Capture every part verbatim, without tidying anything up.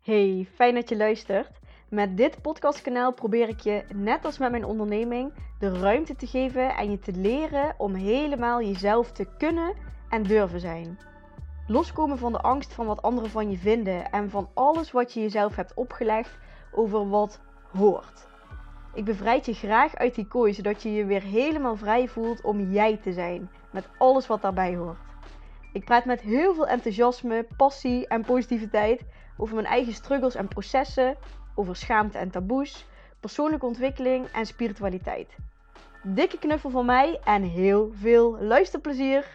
Hey, fijn dat je luistert. Met dit podcastkanaal probeer ik je, net als met mijn onderneming, de ruimte te geven en je te leren om helemaal jezelf te kunnen en durven zijn. Loskomen van de angst van wat anderen van je vinden en van alles wat je jezelf hebt opgelegd over wat hoort. Ik bevrijd je graag uit die kooi, zodat je je weer helemaal vrij voelt om jij te zijn, met alles wat daarbij hoort. Ik praat met heel veel enthousiasme, passie en positiviteit over mijn eigen struggles en processen, over schaamte en taboes, persoonlijke ontwikkeling en spiritualiteit. Dikke knuffel van mij en heel veel luisterplezier!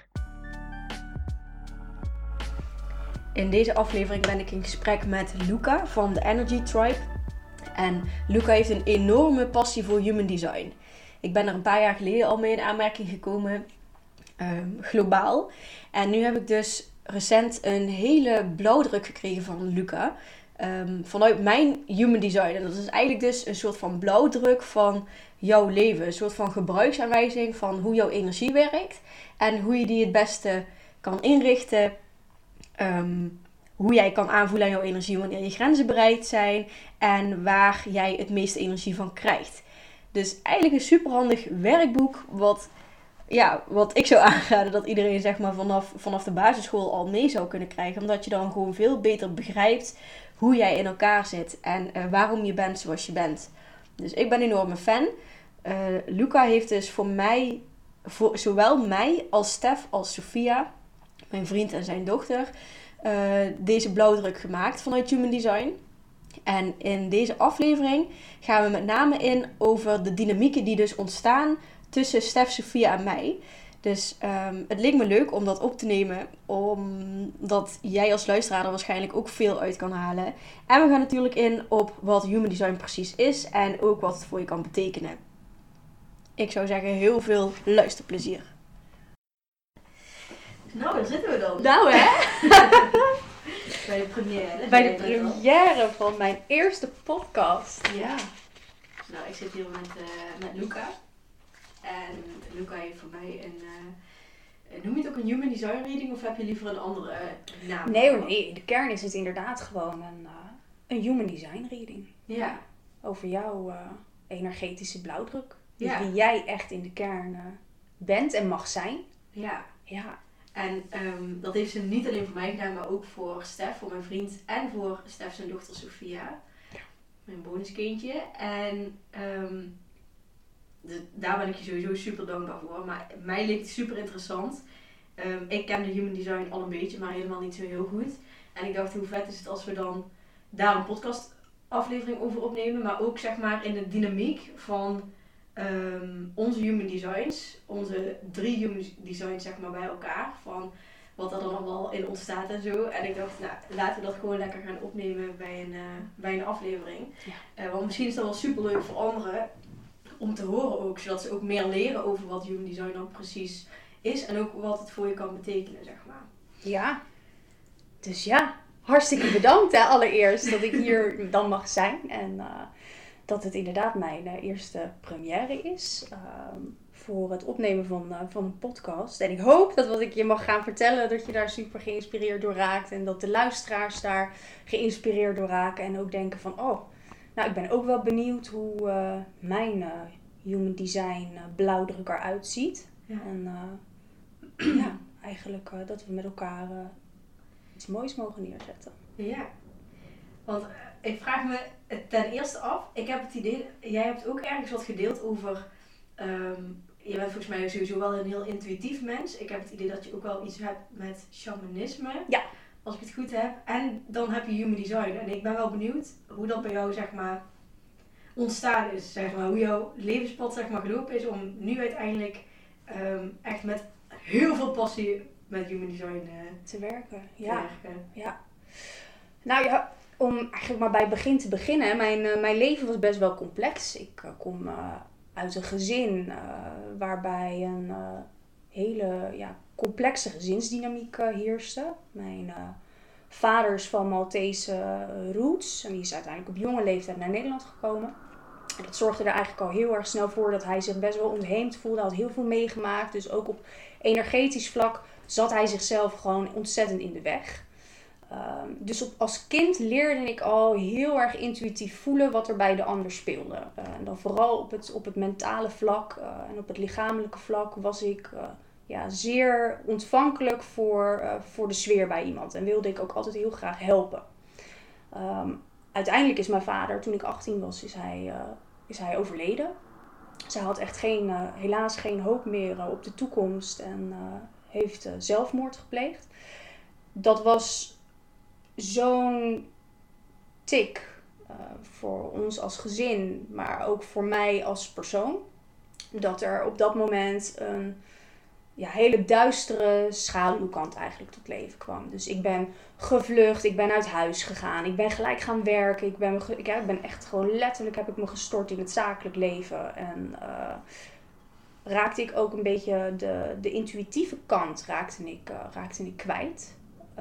In deze aflevering ben ik in gesprek met Luca van de Energy Tribe. En Luca heeft een enorme passie voor human design. Ik ben er een paar jaar geleden al mee in aanmerking gekomen, um, globaal. En nu heb ik dus recent een hele blauwdruk gekregen van Luca. Um, vanuit mijn human design. En dat is eigenlijk dus een soort van blauwdruk van jouw leven. Een soort van gebruiksaanwijzing van hoe jouw energie werkt. En hoe je die het beste kan inrichten. Um, hoe jij kan aanvoelen aan jouw energie wanneer je grenzen bereikt zijn. En waar jij het meeste energie van krijgt. Dus eigenlijk een superhandig werkboek wat... Ja, wat ik zou aanraden dat iedereen zeg maar vanaf, vanaf de basisschool al mee zou kunnen krijgen. Omdat je dan gewoon veel beter begrijpt hoe jij in elkaar zit en uh, waarom je bent zoals je bent. Dus ik ben een enorme fan. Uh, Luca heeft dus voor mij, voor zowel mij als Stef als Sophia, mijn vriend en zijn dochter, uh, deze blauwdruk gemaakt vanuit Human Design. En in deze aflevering gaan we met name in over de dynamieken die dus ontstaan tussen Stef, Sophia en mij. Dus um, het leek me leuk om dat op te nemen. Omdat jij als luisteraar er waarschijnlijk ook veel uit kan halen. En we gaan natuurlijk in op wat human design precies is. En ook wat het voor je kan betekenen. Ik zou zeggen heel veel luisterplezier. Nou, daar zitten we dan. Nou hè? Bij de première. Bij de première van mijn eerste podcast. Ja. Nou, ik zit hier met, uh, met Luca. En Luca heeft voor mij een, uh, noem je het ook een human design reading of heb je liever een andere uh, naam? Nee hoor, nee. De kern is het inderdaad gewoon een, uh, een human design reading. Ja. Over jouw uh, energetische blauwdruk. Dus Ja. wie jij echt in de kern uh, bent en mag zijn. Ja. Ja. En um, dat heeft ze niet alleen voor mij gedaan, maar ook voor Stef, voor mijn vriend en voor Stef zijn dochter Sophia. Ja. Mijn bonuskindje. En um, de, daar ben ik je sowieso super dankbaar voor. Maar mij leek het super interessant. Um, ik ken de human design al een beetje, maar helemaal niet zo heel goed. En ik dacht, hoe vet is het als we dan daar een podcast aflevering over opnemen. Maar ook zeg maar in de dynamiek van um, onze human designs. Onze drie human designs zeg maar bij elkaar. Van wat er dan allemaal in ontstaat en zo. En ik dacht, nou, laten we dat gewoon lekker gaan opnemen bij een, uh, bij een aflevering. Ja. Uh, want misschien is dat wel super leuk voor anderen om te horen ook. Zodat ze ook meer leren over wat human design dan precies is. En ook wat het voor je kan betekenen, zeg maar. Ja. Dus ja, hartstikke bedankt hè, allereerst dat ik hier dan mag zijn. En uh, dat het inderdaad mijn uh, eerste première is. Uh, voor het opnemen van, uh, van een podcast. En ik hoop dat wat ik je mag gaan vertellen, dat je daar super geïnspireerd door raakt. En dat de luisteraars daar geïnspireerd door raken. En ook denken van, oh, nou ik ben ook wel benieuwd hoe uh, mijn uh, human design uh, blauwdruk eruit ziet. Ja. En uh, ja, eigenlijk uh, dat we met elkaar uh, iets moois mogen neerzetten. Ja. Want uh, ik vraag me ten eerste af, ik heb het idee, jij hebt ook ergens wat gedeeld over, um, je bent volgens mij sowieso wel een heel intuïtief mens. Ik heb het idee dat je ook wel iets hebt met shamanisme. Ja. Als ik het goed heb. En dan heb je human design. En ik ben wel benieuwd hoe dat bij jou zeg maar ontstaan is. Zeg maar, hoe jouw levenspad zeg maar gelopen is om nu uiteindelijk um, echt met heel veel passie met human design uh, Te werken, te ja. werken. ja. Nou ja, om eigenlijk maar bij het begin te beginnen. Mijn, uh, mijn leven was best wel complex. Ik uh, kom uh, uit een gezin uh, waarbij een uh, hele ja, complexe gezinsdynamiek uh, heerste. Mijn uh, vader is van Maltese uh, roots. En die is uiteindelijk op jonge leeftijd naar Nederland gekomen. En dat zorgde er eigenlijk al heel erg snel voor dat hij zich best wel ontheemd voelde. Hij had heel veel meegemaakt. Dus ook op energetisch vlak zat hij zichzelf gewoon ontzettend in de weg. Um, dus op, als kind leerde ik al heel erg intuïtief voelen wat er bij de ander speelde. Uh, en dan vooral op het, op het mentale vlak uh, en op het lichamelijke vlak was ik uh, ja, zeer ontvankelijk voor, uh, voor de sfeer bij iemand. En wilde ik ook altijd heel graag helpen. Um, uiteindelijk is mijn vader, toen ik achttien was, is hij, uh, is hij overleden. Zij had echt geen, uh, helaas geen hoop meer uh, op de toekomst en uh, heeft uh, zelfmoord gepleegd. Dat was zo'n tik uh, voor ons als gezin, maar ook voor mij als persoon. Dat er op dat moment een ja, hele duistere schaduwkant eigenlijk tot leven kwam. Dus ik ben gevlucht, ik ben uit huis gegaan, ik ben gelijk gaan werken. Ik ben, ik, ja, ik ben echt gewoon letterlijk heb ik me gestort in het zakelijk leven. En uh, raakte ik ook een beetje de, de intuïtieve kant raakte ik, uh, raakte ik kwijt. Uh,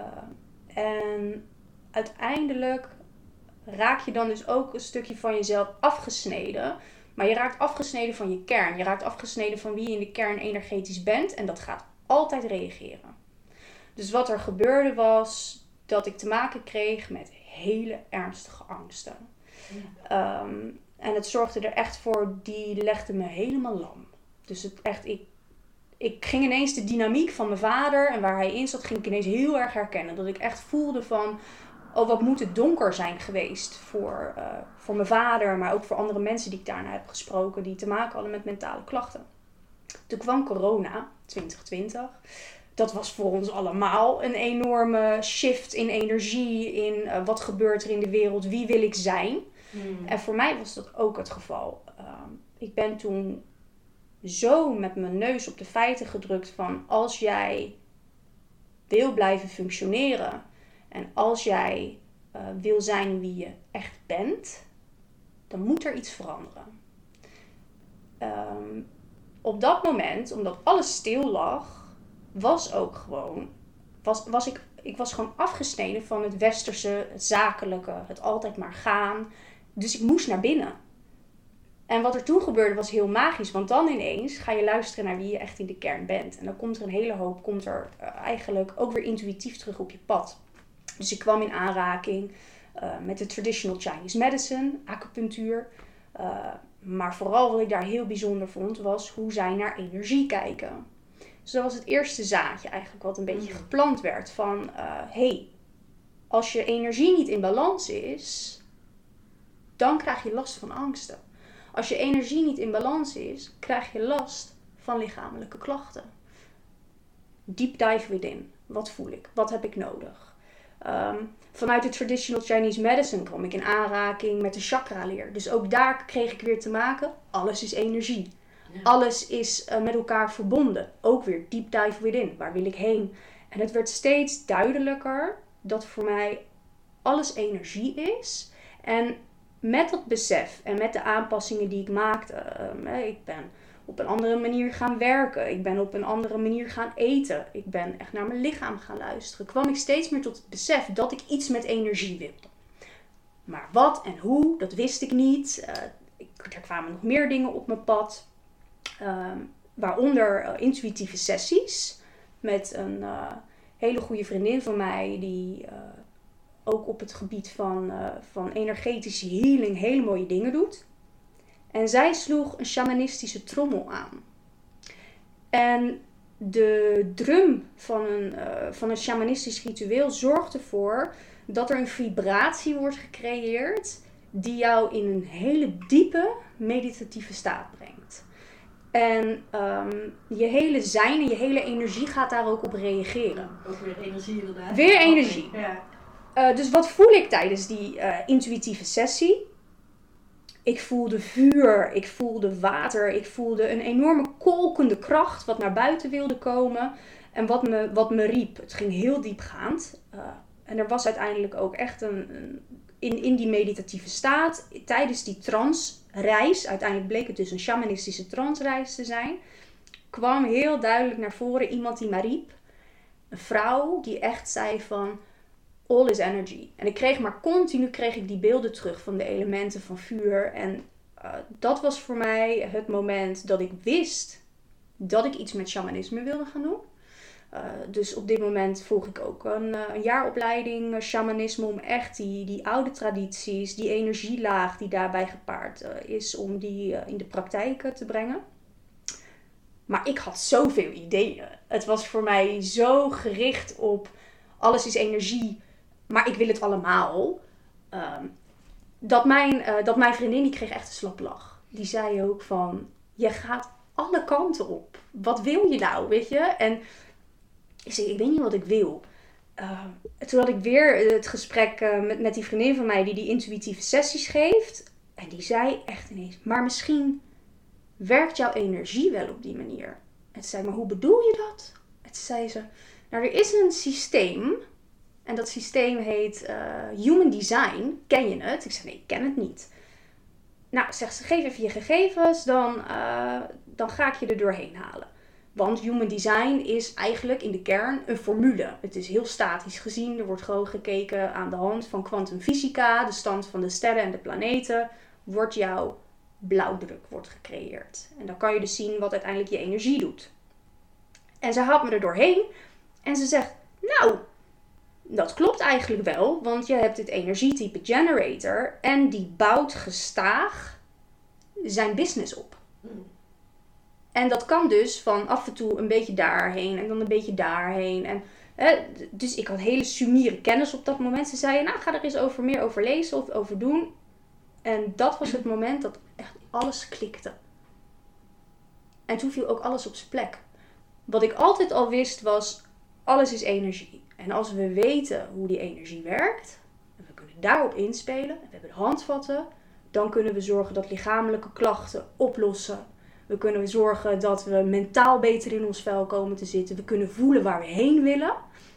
En uiteindelijk raak je dan dus ook een stukje van jezelf afgesneden. Maar je raakt afgesneden van je kern. Je raakt afgesneden van wie je in de kern energetisch bent. En dat gaat altijd reageren. Dus wat er gebeurde was dat ik te maken kreeg met hele ernstige angsten. Ja. Um, en het zorgde er echt voor, die legde me helemaal lam. Dus het echt, ik... Ik ging ineens de dynamiek van mijn vader en waar hij in zat, ging ik ineens heel erg herkennen. Dat ik echt voelde van, oh wat moet het donker zijn geweest voor, uh, voor mijn vader, maar ook voor andere mensen die ik daarna heb gesproken, die te maken hadden met mentale klachten. Toen kwam corona, twintig twintig. Dat was voor ons allemaal een enorme shift in energie, in uh, wat gebeurt er in de wereld, wie wil ik zijn. Hmm. En voor mij was dat ook het geval. Uh, ik ben toen zo met mijn neus op de feiten gedrukt van als jij wil blijven functioneren en als jij uh, wil zijn wie je echt bent, dan moet er iets veranderen. Um, op dat moment, omdat alles stil lag, was ook gewoon, was, was ik, ik was gewoon afgesneden van het westerse, het zakelijke, het altijd maar gaan. Dus ik moest naar binnen. En wat er toen gebeurde was heel magisch. Want dan ineens ga je luisteren naar wie je echt in de kern bent. En dan komt er een hele hoop, komt er uh, eigenlijk ook weer intuïtief terug op je pad. Dus ik kwam in aanraking uh, met de traditional Chinese medicine, acupunctuur. Uh, maar vooral wat ik daar heel bijzonder vond was hoe zij naar energie kijken. Dus dat was het eerste zaadje eigenlijk wat een beetje geplant werd. Van, uh, hey, als je energie niet in balans is, dan krijg je last van angsten. Als je energie niet in balans is, krijg je last van lichamelijke klachten. Deep dive within. Wat voel ik? Wat heb ik nodig? Um, vanuit de traditional Chinese medicine kwam ik in aanraking met de chakra-leer. Dus ook daar kreeg ik weer te maken. Alles is energie. Ja. Alles is uh, met elkaar verbonden. Ook weer deep dive within. Waar wil ik heen? En het werd steeds duidelijker dat voor mij alles energie is. En met dat besef en met de aanpassingen die ik maakte. Um, ik ben op een andere manier gaan werken. Ik ben op een andere manier gaan eten. Ik ben echt naar mijn lichaam gaan luisteren. Kwam ik steeds meer tot het besef dat ik iets met energie wilde. Maar wat en hoe, dat wist ik niet. Uh, ik, er kwamen nog meer dingen op mijn pad. Um, waaronder uh, intuïtieve sessies. Met een uh, hele goede vriendin van mij die Uh, ook op het gebied van, uh, van energetische healing hele mooie dingen doet. En zij sloeg een shamanistische trommel aan. En de drum van een, uh, van een shamanistisch ritueel zorgt ervoor dat er een vibratie wordt gecreëerd die jou in een hele diepe meditatieve staat brengt. En um, je hele zijn en je hele energie gaat daar ook op reageren. Ook weer energie inderdaad. Weer energie. Ja. Uh, dus wat voel ik tijdens die uh, intuïtieve sessie? Ik voelde vuur, ik voelde water, ik voelde een enorme kolkende kracht wat naar buiten wilde komen. En wat me, wat me riep. Het ging heel diepgaand. Uh, en er was uiteindelijk ook echt een, een in, in die meditatieve staat, tijdens die transreis, uiteindelijk bleek het dus een shamanistische transreis te zijn, kwam heel duidelijk naar voren iemand die mij riep. Een vrouw die echt zei van, all is energy. En ik kreeg maar continu kreeg ik die beelden terug van de elementen van vuur. En uh, dat was voor mij het moment dat ik wist dat ik iets met shamanisme wilde gaan doen. Uh, dus op dit moment volg ik ook een, uh, een jaaropleiding uh, shamanisme om echt die, die oude tradities, die energielaag die daarbij gepaard uh, is, om die uh, in de praktijk uh, te brengen. Maar ik had zoveel ideeën. Het was voor mij zo gericht op alles is energie, maar ik wil het allemaal. Uh, dat, mijn, uh, dat mijn vriendin die kreeg echt een slappe lach. Die zei ook van, je gaat alle kanten op. Wat wil je nou, weet je? En ik zei, ik weet niet wat ik wil. Uh, toen had ik weer het gesprek uh, met, met die vriendin van mij die die intuïtieve sessies geeft. En die zei echt ineens, maar misschien werkt jouw energie wel op die manier. En toen zei ik, maar hoe bedoel je dat? En toen zei ze, nou er is een systeem. En dat systeem heet uh, Human Design. Ken je het? Ik zei, nee, ik ken het niet. Nou, zegt ze, geef even je gegevens, dan, uh, dan ga ik je er doorheen halen. Want Human Design is eigenlijk in de kern een formule. Het is heel statisch gezien. Er wordt gewoon gekeken aan de hand van kwantumfysica, de stand van de sterren en de planeten, wordt jouw blauwdruk wordt gecreëerd. En dan kan je dus zien wat uiteindelijk je energie doet. En ze haalt me er doorheen en ze zegt, nou, dat klopt eigenlijk wel, want je hebt het energietype generator en die bouwt gestaag zijn business op. Mm. En dat kan dus van af en toe een beetje daarheen en dan een beetje daarheen. En, hè, dus ik had hele sumiere kennis op dat moment. Ze zeiden, nou ga er eens over meer over lezen of over doen. En dat was het moment dat echt alles klikte. En toen viel ook alles op zijn plek. Wat ik altijd al wist was, alles is energie. En als we weten hoe die energie werkt, en we kunnen daarop inspelen, en we hebben handvatten, dan kunnen we zorgen dat lichamelijke klachten oplossen. We kunnen zorgen dat we mentaal beter in ons vel komen te zitten. We kunnen voelen waar we heen willen.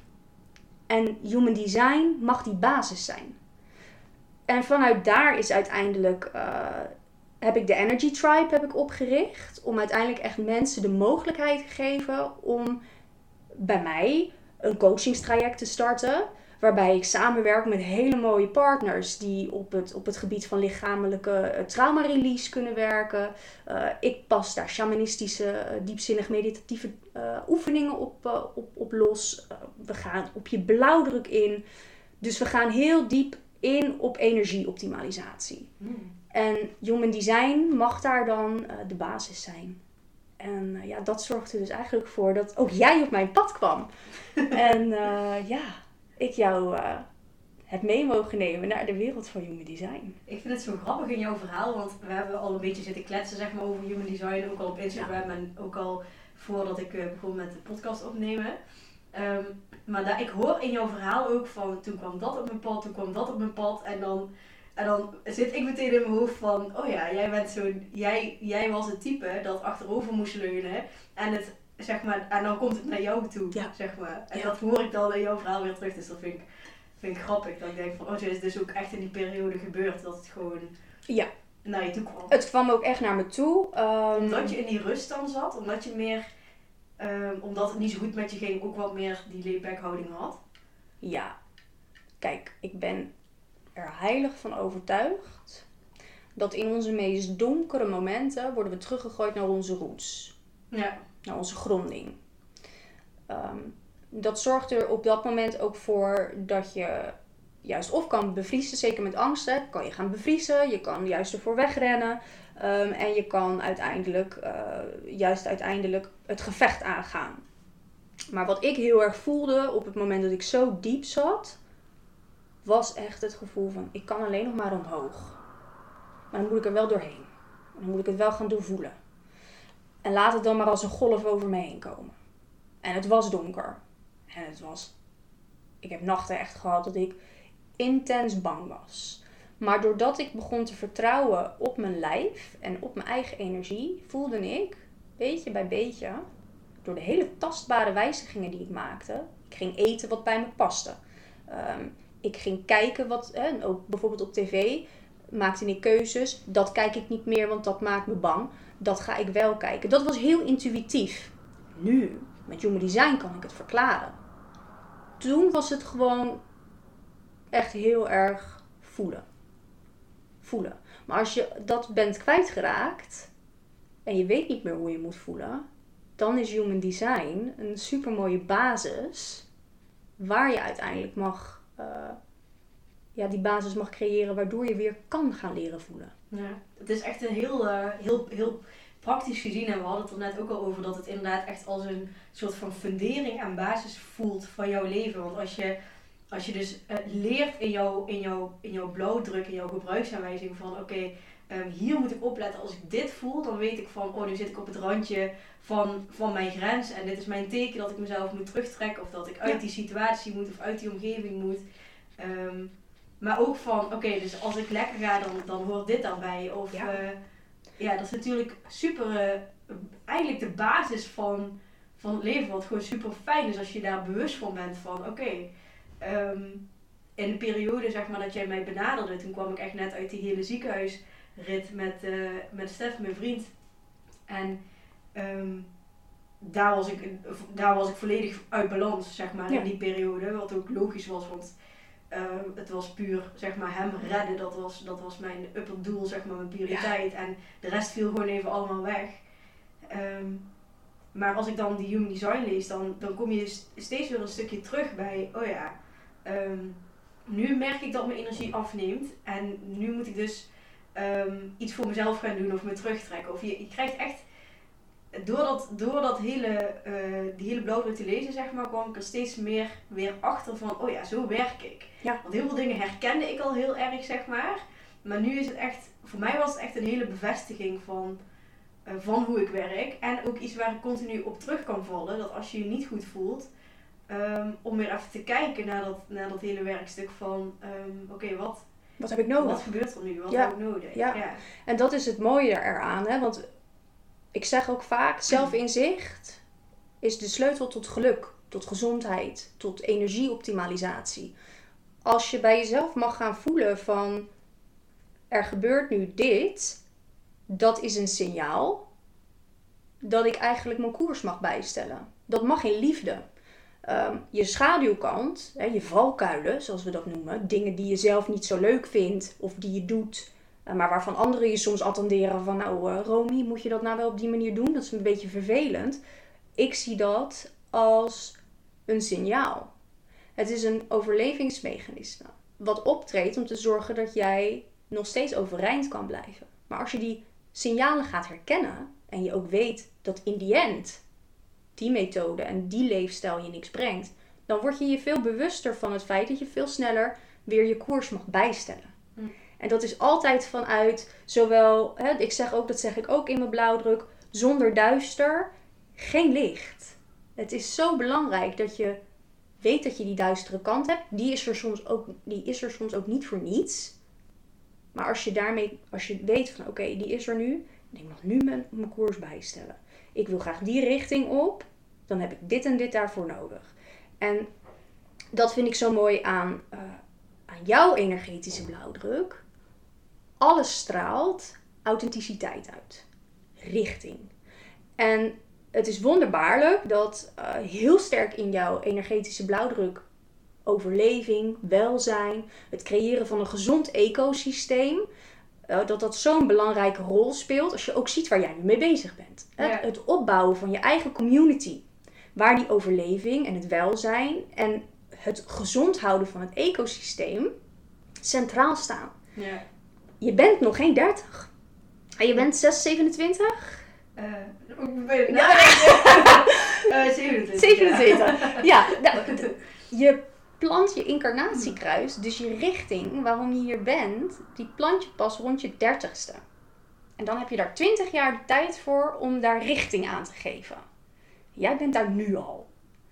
En Human Design mag die basis zijn. En vanuit daar is uiteindelijk, uh, heb ik de Energy Tribe heb ik opgericht. Om uiteindelijk echt mensen de mogelijkheid te geven om bij mij een coachingstraject te starten. Waarbij ik samenwerk met hele mooie partners die op het, op het gebied van lichamelijke uh, trauma-release kunnen werken. Uh, ik pas daar shamanistische, uh, diepzinnig meditatieve uh, oefeningen op, uh, op, op los. Uh, we gaan op je blauwdruk in. Dus we gaan heel diep in op energieoptimalisatie. Mm. En Human Design mag daar dan uh, de basis zijn. En uh, ja, dat zorgt er dus eigenlijk voor dat ook jij op mijn pad kwam. en uh, ja... ik jou uh, heb mee mogen nemen naar de wereld van Human Design. Ik vind het zo grappig in jouw verhaal, want we hebben al een beetje zitten kletsen zeg maar, over Human Design, ook al op Instagram ja. en ook al voordat ik uh, begon met de podcast opnemen. Um, maar daar, ik hoor in jouw verhaal ook van, toen kwam dat op mijn pad, toen kwam dat op mijn pad en dan, en dan zit ik meteen in mijn hoofd van, oh ja, jij bent zo'n, jij, jij was het type dat achterover moest leunen en het zeg maar, en dan komt het naar jou toe, ja. zeg maar. En ja. dat hoor ik dan in jouw verhaal weer terug. Dus dat vind ik, vind ik grappig. Dat ik denk van, oh, het is dus ook echt in die periode gebeurd. Dat het gewoon ja. naar je toe kwam. Het kwam ook echt naar me toe. Um... Omdat je in die rust dan zat. Omdat je meer, um, omdat het niet zo goed met je ging, ook wat meer die laid-back houding had. Ja. Kijk, ik ben er heilig van overtuigd dat in onze meest donkere momenten worden we teruggegooid naar onze roots. Ja. Naar onze gronding. Um, dat zorgt er op dat moment ook voor dat je juist of kan bevriezen, zeker met angsten, kan je gaan bevriezen, je kan juist ervoor wegrennen um, en je kan uiteindelijk, uh, juist uiteindelijk het gevecht aangaan. Maar wat ik heel erg voelde op het moment dat ik zo diep zat, was echt het gevoel van ik kan alleen nog maar omhoog. Maar dan moet ik er wel doorheen. Dan moet ik het wel gaan doorvoelen. En laat het dan maar als een golf over me heen komen. En het was donker. En het was... Ik heb nachten echt gehad dat ik intens bang was. Maar doordat ik begon te vertrouwen op mijn lijf en op mijn eigen energie, voelde ik, beetje bij beetje, door de hele tastbare wijzigingen die ik maakte. Ik ging eten wat bij me paste. Um, ik ging kijken wat, hè, ook bijvoorbeeld op tv, maakte ik keuzes. Dat kijk ik niet meer, want dat maakt me bang. Dat ga ik wel kijken. Dat was heel intuïtief. Nu, met Human Design kan ik het verklaren. Toen was het gewoon echt heel erg voelen. Voelen. Maar als je dat bent kwijtgeraakt en je weet niet meer hoe je moet voelen, dan is Human Design een super mooie basis waar je uiteindelijk mag, uh, ja, die basis mag creëren waardoor je weer kan gaan leren voelen. Ja, het is echt een heel, uh, heel, heel praktisch gezien en we hadden het er net ook al over dat het inderdaad echt als een soort van fundering en basis voelt van jouw leven. Want als je, als je dus uh, leert in jouw, in, jouw, in jouw blauwdruk, in jouw gebruiksaanwijzing van oké, okay, um, hier moet ik opletten als ik dit voel, dan weet ik van oh, nu zit ik op het randje van, van mijn grens en dit is mijn teken dat ik mezelf moet terugtrekken of dat ik uit ja. die situatie moet of uit die omgeving moet. Um, maar ook van oké, okay, dus als ik lekker ga dan, dan hoort dit daarbij of ja. Uh, ja, dat is natuurlijk super, uh, eigenlijk de basis van, van het leven, wat gewoon super fijn is als je daar bewust van bent van oké, okay, um, in de periode zeg maar dat jij mij benaderde, toen kwam ik echt net uit die hele ziekenhuisrit met, uh, met Stef, mijn vriend. En um, daar, was ik, daar was ik volledig uit balans zeg maar ja. in die periode, wat ook logisch was, want Uh, het was puur, zeg maar, hem redden, dat was, dat was mijn upper doel, zeg maar, mijn prioriteit. Ja. En de rest viel gewoon even allemaal weg. Um, maar als ik dan die Human Design lees, dan, dan kom je st- steeds weer een stukje terug bij, oh ja, um, nu merk ik dat mijn energie afneemt. En nu moet ik dus um, iets voor mezelf gaan doen of me terugtrekken. Of je, je krijgt echt, door dat, door dat hele, uh, die hele blauwdruk te lezen, zeg maar, kwam ik er steeds meer weer achter van, oh ja, zo werk ik. Ja. Want heel veel dingen herkende ik al heel erg, zeg maar. Maar nu is het echt, voor mij was het echt een hele bevestiging van, uh, van hoe ik werk. En ook iets waar ik continu op terug kan vallen. Dat als je je niet goed voelt, um, om weer even te kijken naar dat, naar dat hele werkstuk van, um, oké, okay, wat, wat heb ik nodig? Wat gebeurt er nu? Wat ja. heb ik nodig? Ja. ja. En dat is het mooie eraan, hè? Want ik zeg ook vaak, zelfinzicht is de sleutel tot geluk, tot gezondheid, tot energieoptimalisatie. Als je bij jezelf mag gaan voelen van, er gebeurt nu dit, dat is een signaal dat ik eigenlijk mijn koers mag bijstellen. Dat mag in liefde. Um, je schaduwkant, hè, je valkuilen, zoals we dat noemen, dingen die je zelf niet zo leuk vindt of die je doet, maar waarvan anderen je soms attenderen van, nou uh, Romy, moet je dat nou wel op die manier doen? Dat is een beetje vervelend. Ik zie dat als een signaal. Het is een overlevingsmechanisme wat optreedt om te zorgen dat jij nog steeds overeind kan blijven. Maar als je die signalen gaat herkennen en je ook weet dat in the end die methode en die leefstijl je niks brengt, dan word je je veel bewuster van het feit dat je veel sneller weer je koers mag bijstellen. Hm. En dat is altijd vanuit zowel, hè, ik zeg ook, dat zeg ik ook in mijn blauwdruk, zonder duister, geen licht. Het is zo belangrijk dat je weet dat je die duistere kant hebt. Die is er soms ook, die is er soms ook niet voor niets. Maar als je daarmee, als je weet van oké, okay, die is er nu, en ik mag nu mijn, mijn koers bijstellen. Ik wil graag die richting op, dan heb ik dit en dit daarvoor nodig. En dat vind ik zo mooi aan, uh, aan jouw energetische blauwdruk. Alles straalt authenticiteit uit. Richting. En het is wonderbaarlijk dat uh, heel sterk in jouw energetische blauwdruk overleving, welzijn, het creëren van een gezond ecosysteem, uh, dat dat zo'n belangrijke rol speelt als je ook ziet waar jij nu mee bezig bent. Ja. Het, het opbouwen van je eigen community, waar die overleving en het welzijn en het gezond houden van het ecosysteem centraal staan. Ja. Je bent nog geen dertig. En je bent zes, zevenentwintig? Uh, ben je ja. uh, zevenentwintig. zevenentwintig. Ja, nou, d- je plant je incarnatiekruis, dus je richting waarom je hier bent, die plant je pas rond je dertigste. En dan heb je daar twintig jaar de tijd voor om daar richting aan te geven. Jij bent daar nu al.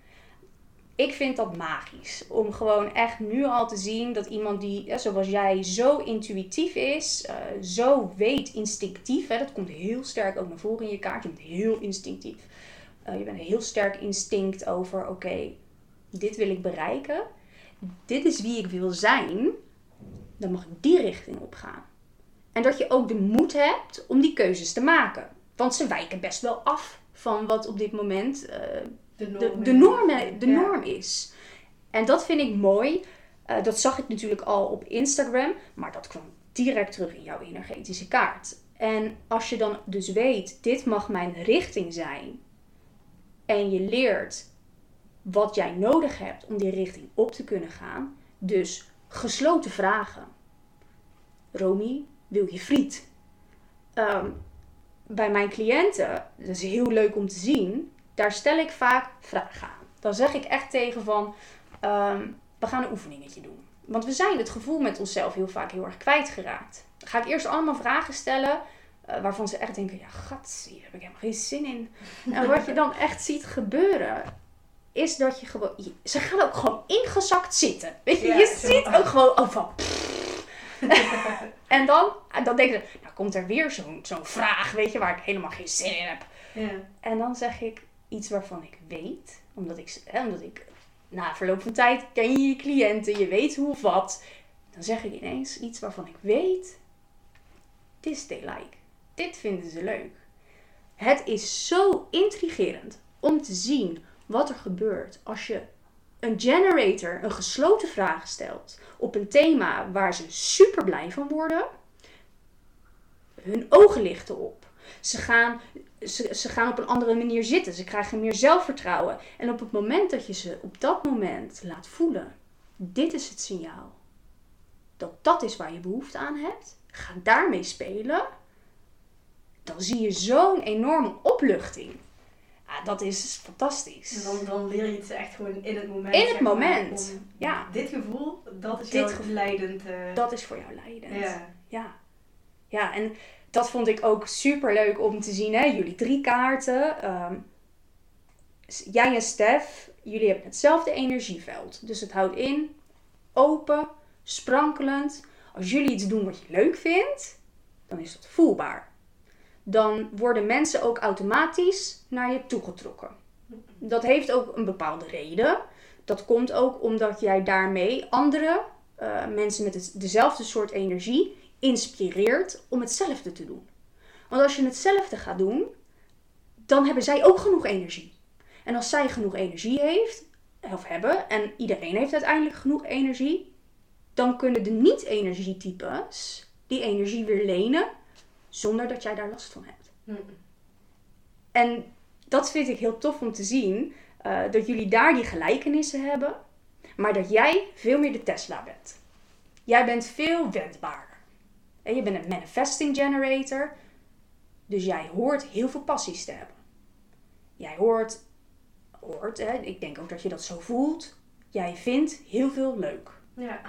Ik vind dat magisch. Om gewoon echt nu al te zien dat iemand die, zoals jij, zo intuïtief is. Uh, zo weet, instinctief. Hè, dat komt heel sterk ook naar voren in je kaart. Je bent heel instinctief. Uh, je bent een heel sterk instinct over, oké, okay, dit wil ik bereiken. Dit is wie ik wil zijn. Dan mag ik die richting op gaan. En dat je ook de moed hebt om die keuzes te maken. Want ze wijken best wel af van wat op dit moment Uh, De norm, de, de, norm, de ja. norm is. En dat vind ik mooi. Uh, dat zag ik natuurlijk al op Instagram. Maar dat kwam direct terug in jouw energetische kaart. En als je dan dus weet, dit mag mijn richting zijn. En je leert wat jij nodig hebt om die richting op te kunnen gaan. Dus gesloten vragen. Romy, wil je friet? Um, bij mijn cliënten, dat is heel leuk om te zien, daar stel ik vaak vragen aan. Dan zeg ik echt tegen van, um, we gaan een oefeningetje doen. Want we zijn het gevoel met onszelf heel vaak heel erg kwijtgeraakt. Dan ga ik eerst allemaal vragen stellen uh, waarvan ze echt denken, ja gat, hier heb ik helemaal geen zin in. En wat je dan echt ziet gebeuren, is dat je gewoon, je, ze gaan ook gewoon ingezakt zitten. Weet je, ja, je ziet ook gewoon, oh van, en dan, dan denken ze, nou komt er weer zo'n, zo'n vraag, weet je, waar ik helemaal geen zin in heb. Ja. En dan zeg ik iets waarvan ik weet, omdat ik, hè, omdat ik na verloop van tijd ken je je cliënten, je weet hoe of wat. Dan zeg ik ineens iets waarvan ik weet, this they like. Dit vinden ze leuk. Het is zo intrigerend om te zien wat er gebeurt als je een generator een gesloten vraag stelt op een thema waar ze super blij van worden. Hun ogen lichten op. Ze gaan, ze, ze gaan op een andere manier zitten. Ze krijgen meer zelfvertrouwen. En op het moment dat je ze op dat moment laat voelen, dit is het signaal. Dat dat is waar je behoefte aan hebt. Ga daarmee spelen. Dan zie je zo'n enorme opluchting. Ja, dat is fantastisch. En dan, dan leer je het echt gewoon in het moment. In het moment, maar, ja. Dit gevoel, dat is Dit jouw gevoel, leidend. Uh... Dat is voor jou leidend. Ja. Ja. Ja, en dat vond ik ook super leuk om te zien. Hè? Jullie drie kaarten. Um, jij en Stef, jullie hebben hetzelfde energieveld. Dus het houdt in, open, sprankelend. Als jullie iets doen wat je leuk vindt, dan is dat voelbaar. Dan worden mensen ook automatisch naar je toegetrokken. Dat heeft ook een bepaalde reden. Dat komt ook omdat jij daarmee andere uh, mensen met het, dezelfde soort energie inspireert om hetzelfde te doen. Want als je hetzelfde gaat doen, dan hebben zij ook genoeg energie. En als zij genoeg energie heeft, of hebben, en iedereen heeft uiteindelijk genoeg energie, dan kunnen de niet-energietypes die energie weer lenen, zonder dat jij daar last van hebt. Mm. En dat vind ik heel tof om te zien, uh, dat jullie daar die gelijkenissen hebben, maar dat jij veel meer de Tesla bent. Jij bent veel wendbaarder. En je bent een manifesting generator, dus jij hoort heel veel passies te hebben. Jij hoort, hoort hè, ik denk ook dat je dat zo voelt, jij vindt heel veel leuk. Ja,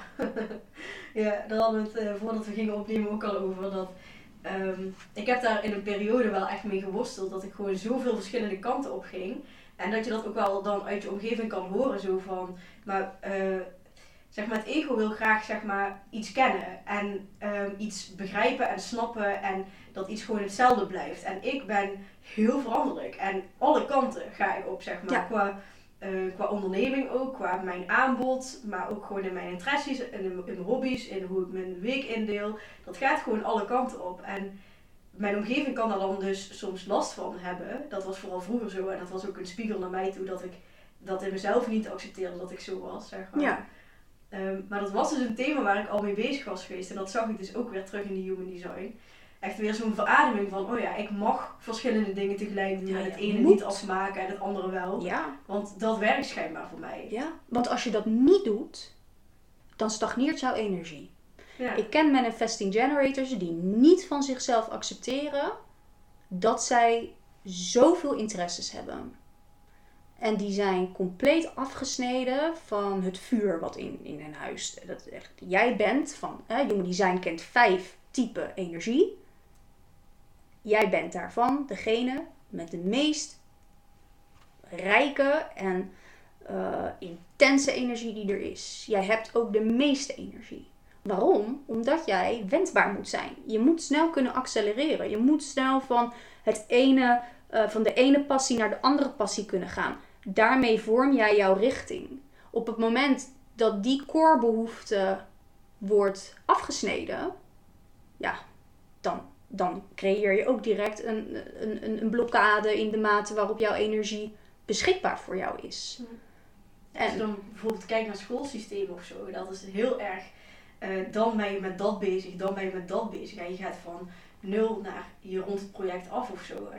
ja daar hadden we het uh, voordat we gingen opnemen ook al over. Dat, um, ik heb daar in een periode wel echt mee geworsteld. Dat ik gewoon zoveel verschillende kanten op ging. En dat je dat ook wel dan uit je omgeving kan horen. Zo van, maar uh, zeg maar, het ego wil graag zeg maar, iets kennen. En um, iets begrijpen en snappen. En dat iets gewoon hetzelfde blijft. En ik ben heel veranderlijk. En alle kanten ga ik op, zeg maar. Ja. Qua... Uh, qua onderneming ook, qua mijn aanbod, maar ook gewoon in mijn interesses, in, in mijn hobby's, in hoe ik mijn week indeel. Dat gaat gewoon alle kanten op. En mijn omgeving kan daar dan dus soms last van hebben. Dat was vooral vroeger zo en dat was ook een spiegel naar mij toe dat ik dat in mezelf niet accepteerde dat ik zo was, zeg maar. Ja. Um, maar dat was dus een thema waar ik al mee bezig was geweest en dat zag ik dus ook weer terug in de Human Design. Echt weer zo'n verademing van, oh ja, ik mag verschillende dingen tegelijk doen. Ja, en het ene moet. Niet afmaken en het andere wel. Ja. Want dat werkt schijnbaar voor mij. Ja, want als je dat niet doet, dan stagneert jouw energie. Ja. Ik ken manifesting generators die niet van zichzelf accepteren dat zij zoveel interesses hebben. En die zijn compleet afgesneden van het vuur wat in, in hun huis. Dat echt, jij bent van, hè, Human Design kent vijf typen energie. Jij bent daarvan degene met de meest rijke en uh, intense energie die er is. Jij hebt ook de meeste energie. Waarom? Omdat jij wendbaar moet zijn. Je moet snel kunnen accelereren. Je moet snel van, het ene, uh, van de ene passie naar de andere passie kunnen gaan. Daarmee vorm jij jouw richting. Op het moment dat die core behoefte wordt afgesneden, ja, dan, dan creëer je ook direct een, een, een blokkade in de mate waarop jouw energie beschikbaar voor jou is. Ja. En als je dan bijvoorbeeld kijkt naar het schoolsysteem of zo, dat is heel erg, uh, dan ben je met dat bezig, dan ben je met dat bezig. En je gaat van nul naar je rond het project af of zo. En als ik,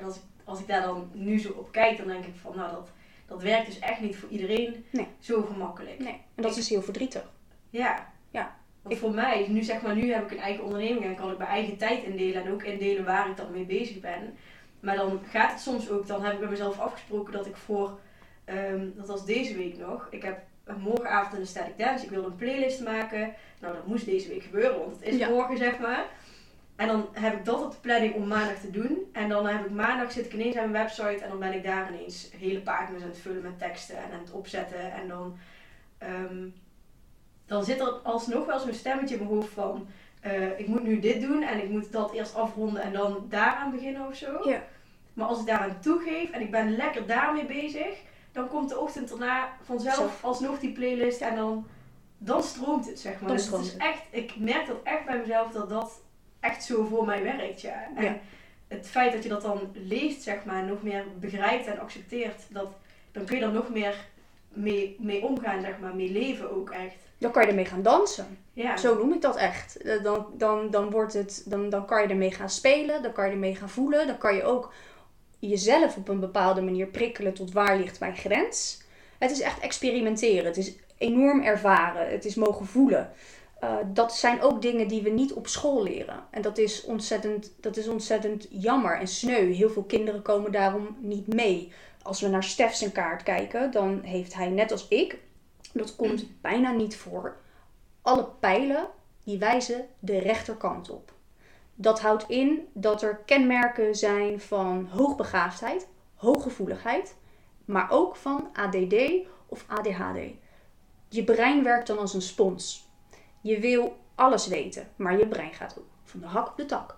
als ik daar dan nu zo op kijk, dan denk ik van, nou dat, dat werkt dus echt niet voor iedereen Nee. zo gemakkelijk. Nee, en dat Ik- is heel verdrietig. Ja. Ja. Want Ik- voor mij, nu zeg maar, nu heb ik een eigen onderneming en kan ik mijn eigen tijd indelen en ook indelen waar ik dan mee bezig ben. Maar dan gaat het soms ook, dan heb ik bij mezelf afgesproken dat ik voor, um, dat was deze week nog, ik heb morgenavond in de Static Dance, ik wilde een playlist maken. Nou, dat moest deze week gebeuren, want het is Ja. morgen zeg maar. En dan heb ik dat op de planning om maandag te doen. En dan heb ik maandag zit ik ineens aan mijn website en dan ben ik daar ineens hele pagina's aan het vullen met teksten en aan het opzetten. En dan, um, dan zit er alsnog wel zo'n stemmetje in mijn hoofd van, uh, ik moet nu dit doen en ik moet dat eerst afronden en dan daaraan beginnen of zo. Ja. Maar als ik daaraan toegeef en ik ben lekker daarmee bezig, dan komt de ochtend erna vanzelf Zelf. alsnog die playlist en dan, dan stroomt het, zeg maar. Dan Dus het stroomt is het. echt, ik merk dat echt bij mezelf dat dat echt zo voor mij werkt, ja. En Ja. het feit dat je dat dan leest, zeg maar, nog meer begrijpt en accepteert, dat, dan kun je er nog meer mee, mee omgaan, zeg maar, mee leven ook echt. Dan kan je ermee gaan dansen. Ja. Zo noem ik dat echt. Eh, Dan, dan, dan, wordt het, dan, dan kan je ermee gaan spelen, dan kan je ermee gaan voelen. Dan kan je ook jezelf op een bepaalde manier prikkelen tot waar ligt mijn grens. Het is echt experimenteren. Het is enorm ervaren. Het is mogen voelen. Uh, dat zijn ook dingen die we niet op school leren. En dat is, ontzettend, dat is ontzettend jammer en sneu. Heel veel kinderen komen daarom niet mee. Als we naar Stef zijn kaart kijken, dan heeft hij net als ik, dat komt bijna niet voor, alle pijlen die wijzen de rechterkant op. Dat houdt in dat er kenmerken zijn van hoogbegaafdheid, hooggevoeligheid, maar ook van A D D of A D H D. Je brein werkt dan als een spons. Je wil alles weten, maar je brein gaat ook van de hak op de tak.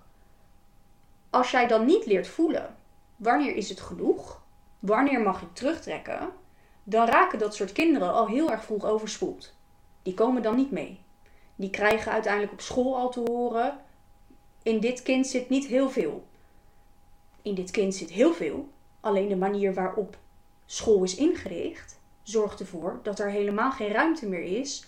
Als jij dan niet leert voelen, wanneer is het genoeg? Wanneer mag ik terugtrekken? Dan raken dat soort kinderen al heel erg vroeg overspoeld. Die komen dan niet mee. Die krijgen uiteindelijk op school al te horen, in dit kind zit niet heel veel. In dit kind zit heel veel, alleen de manier waarop school is ingericht zorgt ervoor dat er helemaal geen ruimte meer is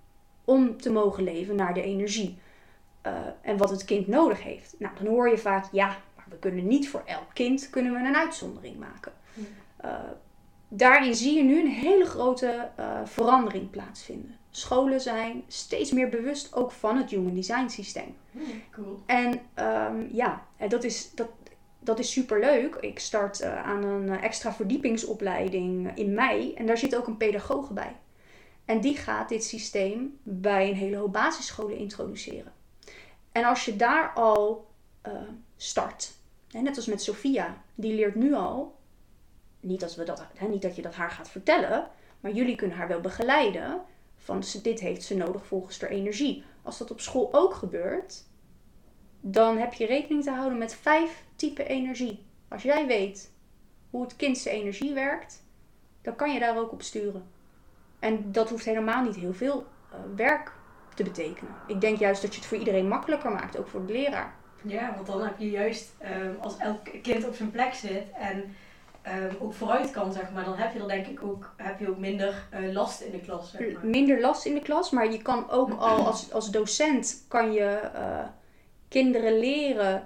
om te mogen leven naar de energie. Uh, en wat het kind nodig heeft. Nou, dan hoor je vaak, ja, maar we kunnen niet voor elk kind kunnen we een uitzondering maken. Uh, daarin zie je nu een hele grote uh, verandering plaatsvinden. Scholen zijn steeds meer bewust ook van het Human Design systeem. Cool. En um, ja, dat is, dat, dat is superleuk. Ik start uh, aan een extra verdiepingsopleiding in mei. En daar zit ook een pedagoge bij. En die gaat dit systeem bij een hele hoop basisscholen introduceren. En als je daar al uh, start, hè, net als met Sophia, die leert nu al, niet dat, we dat, hè, niet dat je dat haar gaat vertellen, maar jullie kunnen haar wel begeleiden van dit heeft ze nodig volgens haar energie. Als dat op school ook gebeurt, dan heb je rekening te houden met vijf typen energie. Als jij weet hoe het kind zijn energie werkt, dan kan je daar ook op sturen. En dat hoeft helemaal niet heel veel uh, werk te betekenen. Ik denk juist dat je het voor iedereen makkelijker maakt, ook voor de leraar. Ja, want dan heb je juist, um, als elk kind op zijn plek zit en um, ook vooruit kan, zeg maar, dan heb je er denk ik ook, heb je ook minder uh, last in de klas, zeg maar. Minder last in de klas, maar je kan ook al als, als docent, kan je uh, kinderen leren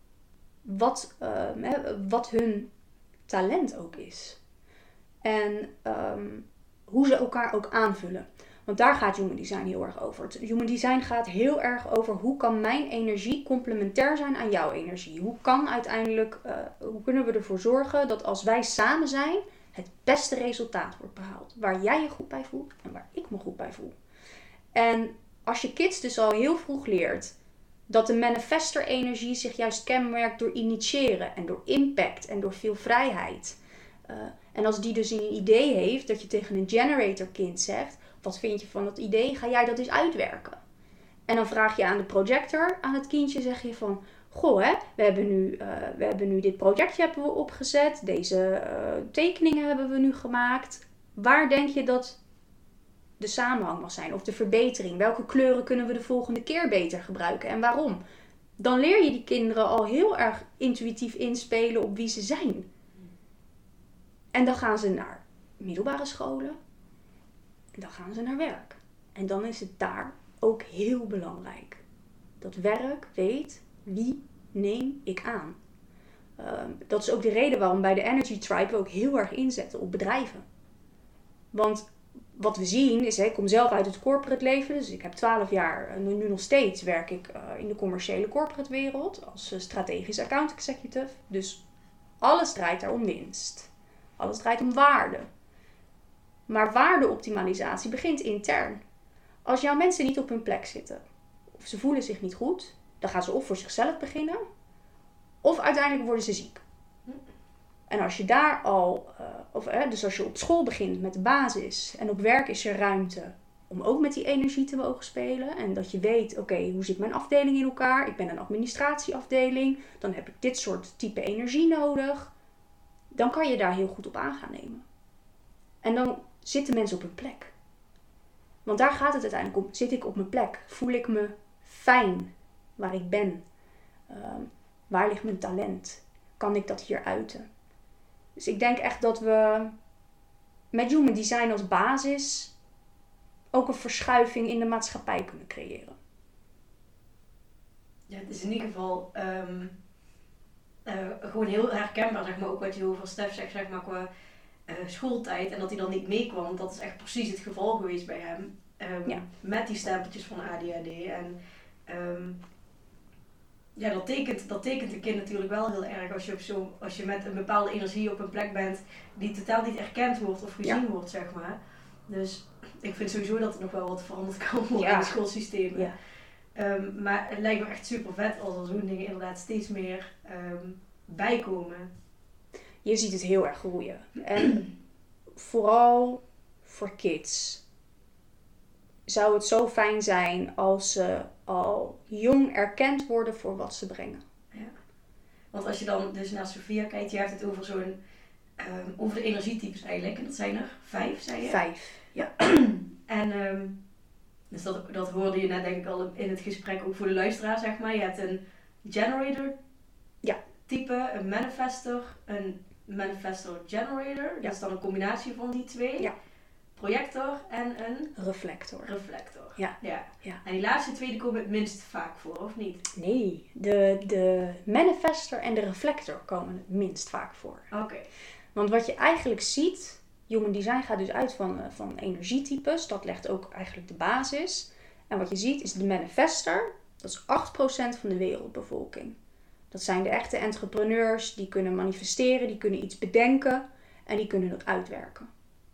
wat, uh, hè, wat hun talent ook is. En um, hoe ze elkaar ook aanvullen. Want daar gaat Human Design heel erg over. Het Human Design gaat heel erg over hoe kan mijn energie complementair zijn aan jouw energie. Hoe kan uiteindelijk, uh, hoe kunnen we ervoor zorgen dat als wij samen zijn, het beste resultaat wordt behaald. Waar jij je goed bij voelt en waar ik me goed bij voel. En als je kids dus al heel vroeg leert dat de manifester energie zich juist kenmerkt door initiëren en door impact en door veel vrijheid. Uh, en als die dus een idee heeft, dat je tegen een generator kind zegt, wat vind je van dat idee? Ga jij dat eens uitwerken? En dan vraag je aan de projector, aan het kindje, zeg je van, goh, hè, we hebben nu, uh, we hebben nu dit projectje hebben we opgezet, deze uh, tekeningen hebben we nu gemaakt. Waar denk je dat de samenhang mag zijn of de verbetering? Welke kleuren kunnen we de volgende keer beter gebruiken en waarom? Dan leer je die kinderen al heel erg intuïtief inspelen op wie ze zijn. En dan gaan ze naar middelbare scholen. En dan gaan ze naar werk. En dan is het daar ook heel belangrijk. Dat werk weet, wie neem ik aan? Um, dat is ook de reden waarom bij de Energy Tribe we ook heel erg inzetten op bedrijven. Want wat we zien is, hè, ik kom zelf uit het corporate leven. Dus ik heb twaalf jaar, en nu nog steeds werk ik uh, in de commerciële corporate wereld. Als uh, strategisch account executive. Dus alles draait daar om winst. Alles draait om waarde. Maar waardeoptimalisatie begint intern. Als jouw mensen niet op hun plek zitten, of ze voelen zich niet goed, dan gaan ze of voor zichzelf beginnen, of uiteindelijk worden ze ziek. En als je daar al, uh, of, eh, dus als je op school begint met de basis en op werk is er ruimte om ook met die energie te mogen spelen. En dat je weet, oké, okay, hoe zit mijn afdeling in elkaar? Ik ben een administratieafdeling, dan heb ik dit soort type energie nodig. Dan kan je daar heel goed op aan gaan nemen. En dan zitten mensen op hun plek. Want daar gaat het uiteindelijk om. Zit ik op mijn plek? Voel ik me fijn waar ik ben? Uh, waar ligt mijn talent? Kan ik dat hier uiten? Dus ik denk echt dat we met Human Design als basis ook een verschuiving in de maatschappij kunnen creëren. Ja, het is in ieder geval um, uh, gewoon heel herkenbaar, zeg maar, ook wat je over Stef zegt, zeg maar, qua uh, schooltijd en dat hij dan niet meekwam. Dat is echt precies het geval geweest bij hem. Um, ja. Met die stempeltjes van A D H D. En um, ja, dat tekent, dat tekent een kind natuurlijk wel heel erg als je, op zo, als je met een bepaalde energie op een plek bent die totaal niet erkend wordt of gezien ja. wordt, zeg maar. Dus ik vind sowieso dat er nog wel wat veranderd kan worden ja. in het schoolsysteem. Ja. Um, maar het lijkt me echt super vet als er zo'n dingen inderdaad steeds meer um, bijkomen. Je ziet het heel erg groeien. En vooral voor kids zou het zo fijn zijn als ze al jong erkend worden voor wat ze brengen. Ja. Want als je dan dus naar Sophia kijkt, je hebt het over zo'n um, over de energietypes eigenlijk. En dat zijn er vijf, zei je? Vijf, ja. En um, dus dat, dat hoorde je net denk ik al in het gesprek ook voor de luisteraar, zeg maar. Je hebt een generator ja. type, een manifestor, een manifestor generator. Ja. Dat is dan een combinatie van die twee. Ja. Projector en een reflector. Reflector. Ja. Ja. ja. En die laatste twee die komen het minst vaak voor, of niet? Nee, de, de manifestor en de reflector komen het minst vaak voor. Oké. Okay. Want wat je eigenlijk ziet, Human Design gaat dus uit van, van energietypes. Dat legt ook eigenlijk de basis. En wat je ziet is de manifestor. Dat is acht procent van de wereldbevolking. Dat zijn de echte entrepreneurs. Die kunnen manifesteren, die kunnen iets bedenken. En die kunnen het uitwerken.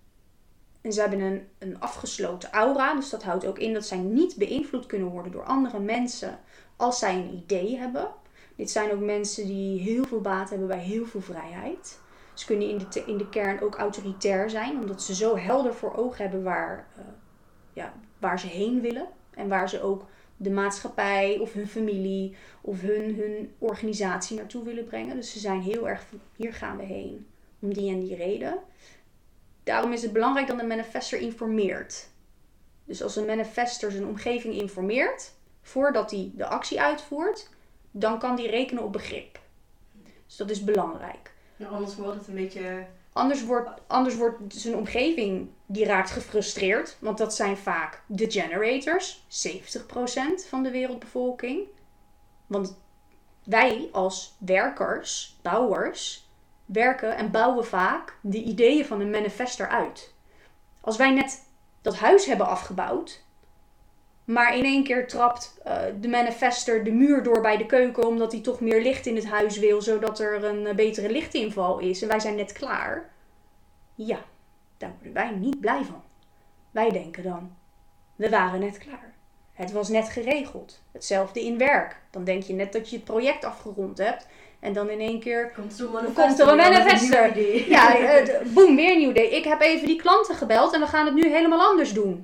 En ze hebben een, een afgesloten aura. Dus dat houdt ook in dat zij niet beïnvloed kunnen worden door andere mensen als zij een idee hebben. Dit zijn ook mensen die heel veel baat hebben bij heel veel vrijheid. Ze kunnen in de, in de kern ook autoritair zijn. Omdat ze zo helder voor ogen hebben waar, uh, ja, waar ze heen willen. En waar ze ook de maatschappij of hun familie of hun, hun organisatie naartoe willen brengen. Dus ze zijn heel erg van, hier gaan we heen. Om die en die reden. Daarom is het belangrijk dat een manifestor informeert. Dus als een manifestor zijn omgeving informeert, voordat hij de actie uitvoert, dan kan die rekenen op begrip. Dus dat is belangrijk. Nou, anders wordt het een beetje... Anders wordt, anders wordt zijn omgeving, die raakt gefrustreerd. Want dat zijn vaak de generators, zeventig procent van de wereldbevolking. Want wij als werkers, bouwers, werken en bouwen vaak de ideeën van een manifestor uit. Als wij net dat huis hebben afgebouwd, maar in één keer trapt uh, de manifestor de muur door bij de keuken omdat hij toch meer licht in het huis wil, zodat er een uh, betere lichtinval is en wij zijn net klaar. Ja, daar worden wij niet blij van. Wij denken dan, we waren net klaar. Het was net geregeld. Hetzelfde in werk. Dan denk je net dat je het project afgerond hebt. En dan in één keer komt, komt er een manifestor. Ja, uh, boem, weer een nieuw idee. Ik heb even die klanten gebeld en we gaan het nu helemaal anders doen.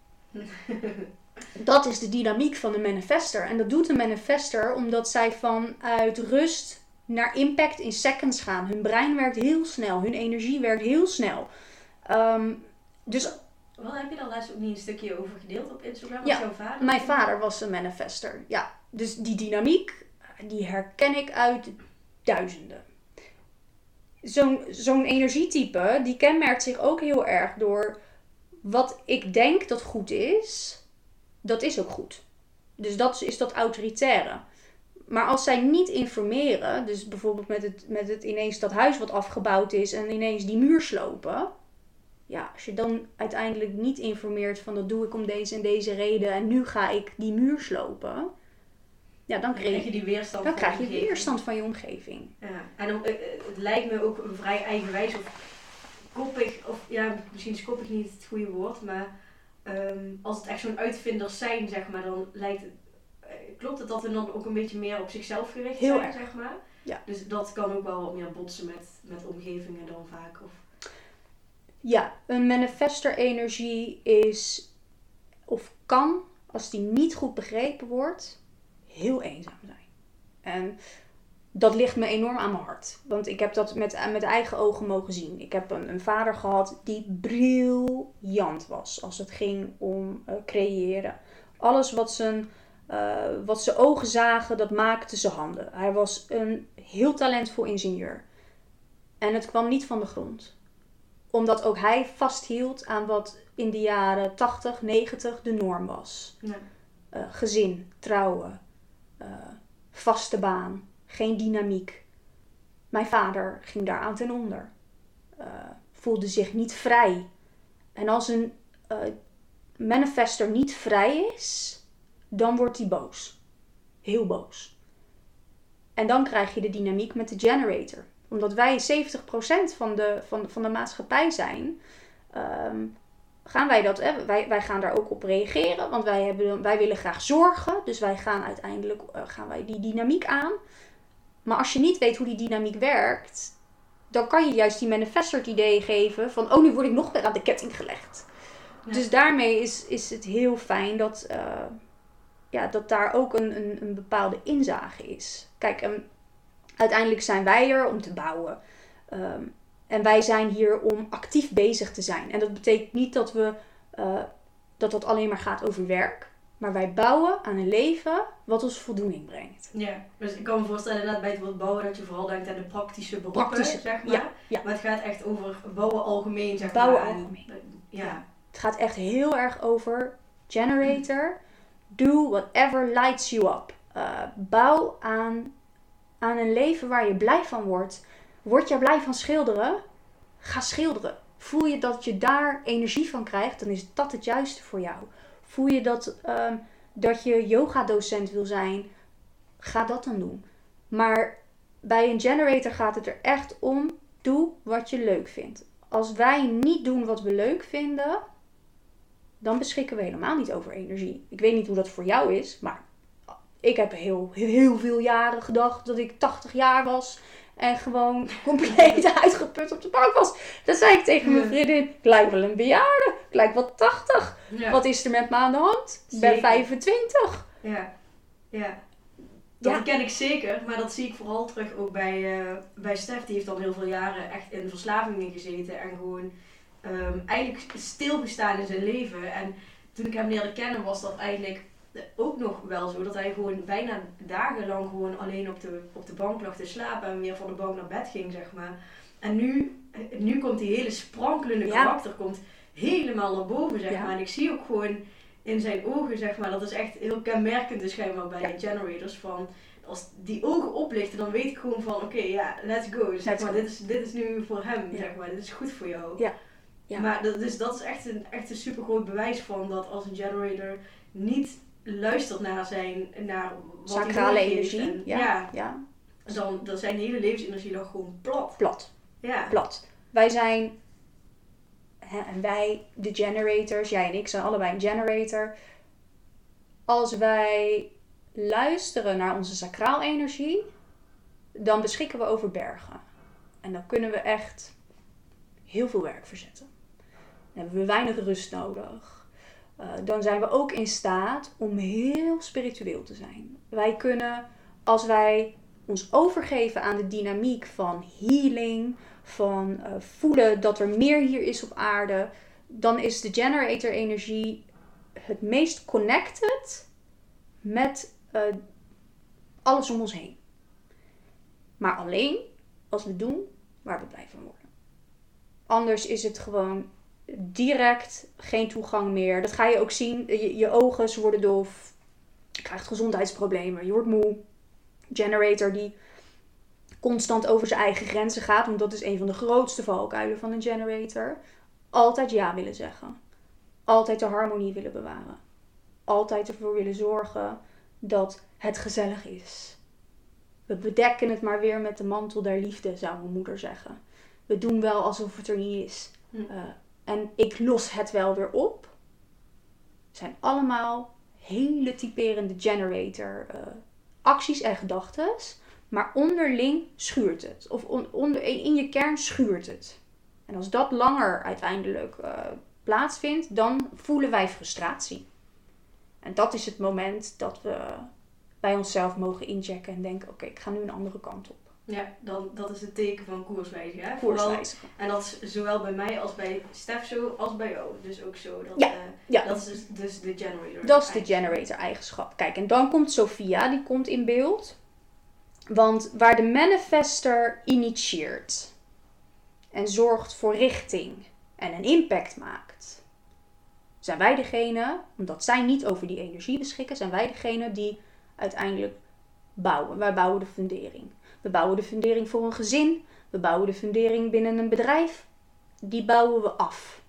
Dat is de dynamiek van de manifestor. En dat doet een manifestor omdat zij vanuit rust naar impact in seconds gaan. Hun brein werkt heel snel. Hun energie werkt heel snel. Um, dus... Wat heb je daar laatst ook niet een stukje over gedeeld op Instagram? Ja, jouw vader? Mijn vader was een manifestor. Ja, dus die dynamiek, die herken ik uit duizenden. Zo'n, zo'n energietype, die kenmerkt zich ook heel erg door wat ik denk dat goed is, dat is ook goed. Dus dat is dat autoritaire. Maar als zij niet informeren, dus bijvoorbeeld met het, met het ineens dat huis wat afgebouwd is en ineens die muur slopen. Ja, als je dan uiteindelijk niet informeert van dat doe ik om deze en deze reden en nu ga ik die muur slopen. Ja, dan, Dan krijg je die weerstand dan van krijg je je omgeving. weerstand van je omgeving. Ja, en dan, eh, het lijkt me ook een vrij eigenwijs of koppig, of ja, misschien is koppig niet het goede woord, maar um, als het echt zo'n uitvinders zijn, zeg maar, dan lijkt het, uh, klopt het dat we dan ook een beetje meer op zichzelf gericht Heel zijn, erg. zeg maar? Ja. Dus dat kan ook wel wat meer botsen met, met omgevingen dan vaak. Of... Ja, een manifester-energie is, of kan, als die niet goed begrepen wordt, heel eenzaam zijn. En dat ligt me enorm aan mijn hart. Want ik heb dat met, met eigen ogen mogen zien. Ik heb een, een vader gehad die briljant was als het ging om uh, creëren. Alles wat zijn, uh, wat zijn ogen zagen, dat maakte zijn handen. Hij was een heel talentvol ingenieur. En het kwam niet van de grond. Omdat ook hij vasthield aan wat in de jaren tachtig, negentig de norm was. Ja. Uh, gezin, trouwen, uh, vaste baan, geen dynamiek. Mijn vader ging daaraan ten onder. Uh, voelde zich niet vrij. En als een uh, manifester niet vrij is, dan wordt hij boos. Heel boos. En dan krijg je de dynamiek met de generator. Omdat wij zeventig procent van de, van, van de maatschappij zijn, um, gaan wij dat, hè, wij, wij gaan daar ook op reageren. Want wij, hebben, wij willen graag zorgen. Dus wij gaan uiteindelijk uh, gaan wij die dynamiek aan. Maar als je niet weet hoe die dynamiek werkt, dan kan je juist die manifester het idee geven van, oh, nu word ik nog meer aan de ketting gelegd. Ja. Dus daarmee is, is het heel fijn dat, uh, ja, dat daar ook een, een, een bepaalde inzage is. Kijk, um, uiteindelijk zijn wij er om te bouwen. Um, en wij zijn hier om actief bezig te zijn. En dat betekent niet dat we uh, dat dat alleen maar gaat over werk. Maar wij bouwen aan een leven wat ons voldoening brengt. Ja, dus ik kan me voorstellen dat bij het woord bouwen dat je vooral denkt aan de praktische beroepen, praktische, zeg maar. Ja, ja. Maar het gaat echt over bouwen algemeen, zeg bouwen maar. Bouwen algemeen. Ja. ja. Het gaat echt heel erg over generator. Do whatever lights you up. Uh, bouw aan, aan een leven waar je blij van wordt. Word je blij van schilderen? Ga schilderen. Voel je dat je daar energie van krijgt, dan is dat het juiste voor jou. Voel je dat, um, dat je yogadocent wil zijn, ga dat dan doen. Maar bij een generator gaat het er echt om, doe wat je leuk vindt. Als wij niet doen wat we leuk vinden, dan beschikken we helemaal niet over energie. Ik weet niet hoe dat voor jou is, maar ik heb heel, heel veel jaren gedacht dat ik tachtig jaar was. En gewoon compleet uitgeput op de bank was. Dan zei ik tegen mijn vriendin, ik lijk wel een bejaarde. Ik lijk wel tachtig. Ja. Wat is er met me aan de hand? Ik ben vijfentwintig. Ja, ja. Dat ja. ken ik zeker. Maar dat zie ik vooral terug ook bij, uh, bij Stef. Die heeft al heel veel jaren echt in verslavingen gezeten. En gewoon um, eigenlijk stilgestaan in zijn leven. En toen ik hem leerde kennen was dat eigenlijk ook nog wel zo. Dat hij gewoon bijna dagenlang gewoon alleen op de, op de bank lag te slapen. En weer van de bank naar bed ging, zeg maar. En nu, nu komt die hele sprankelende ja. karakter komt helemaal naar boven, zeg ja. maar. En ik zie ook gewoon in zijn ogen, zeg maar. Dat is echt heel kenmerkend dus schijnbaar bij ja. generators. Van, als die ogen oplichten, dan weet ik gewoon van, oké, okay, ja, let's go. Zeg let's maar, go. Dit, is, dit is nu voor hem, ja. zeg maar. Dit is goed voor jou. Ja. Ja. Maar dat, dus dat is echt een, echt een super groot bewijs van dat als een generator niet luistert naar zijn, naar wat sacrale energie. En, ja. Ja, ja. Dan, dan zijn hele levensenergie lag gewoon plat. Plat. Ja. Plat. Wij zijn, hè, en wij, de generators, jij en ik zijn allebei een generator. Als wij luisteren naar onze sacraal energie, dan beschikken we over bergen. En dan kunnen we echt heel veel werk verzetten. Dan hebben we weinig rust nodig. Uh, dan zijn we ook in staat om heel spiritueel te zijn. Wij kunnen, als wij ons overgeven aan de dynamiek van healing, van uh, voelen dat er meer hier is op aarde, dan is de generator energie het meest connected met uh, alles om ons heen. Maar alleen als we doen waar we blij van worden. Anders is het gewoon direct geen toegang meer. Dat ga je ook zien. Je, je ogen, ze worden dof. Je krijgt gezondheidsproblemen. Je wordt moe. Generator die constant over zijn eigen grenzen gaat, want dat is een van de grootste valkuilen van een generator. Altijd ja willen zeggen. Altijd de harmonie willen bewaren. Altijd ervoor willen zorgen dat het gezellig is. We bedekken het maar weer met de mantel der liefde, zou mijn moeder zeggen. We doen wel alsof het er niet is. Hm. Uh, en ik los het wel weer op. Zijn allemaal hele typerende generator uh, acties en gedachten. Maar onderling schuurt het. Of on, onder, in je kern schuurt het. En als dat langer uiteindelijk uh, plaatsvindt, dan voelen wij frustratie. En dat is het moment dat we bij onszelf mogen inchecken en denken, oké, okay, ik ga nu een andere kant op. Ja, dan, dat is het teken van koerswijzigen. Hè? Koerswijzigen. En dat is zowel bij mij als bij Stef zo, als bij jou. Dus ook zo. Dat, ja, uh, ja. dat is dus, dus de generator. Dat is de generator eigenschap. Kijk, en dan komt Sophia, die komt in beeld. Want waar de manifester initieert en zorgt voor richting en een impact maakt, zijn wij degene, omdat zij niet over die energie beschikken, zijn wij degene die uiteindelijk bouwen. Wij bouwen de fundering. We bouwen de fundering voor een gezin. We bouwen de fundering binnen een bedrijf. Die bouwen we af.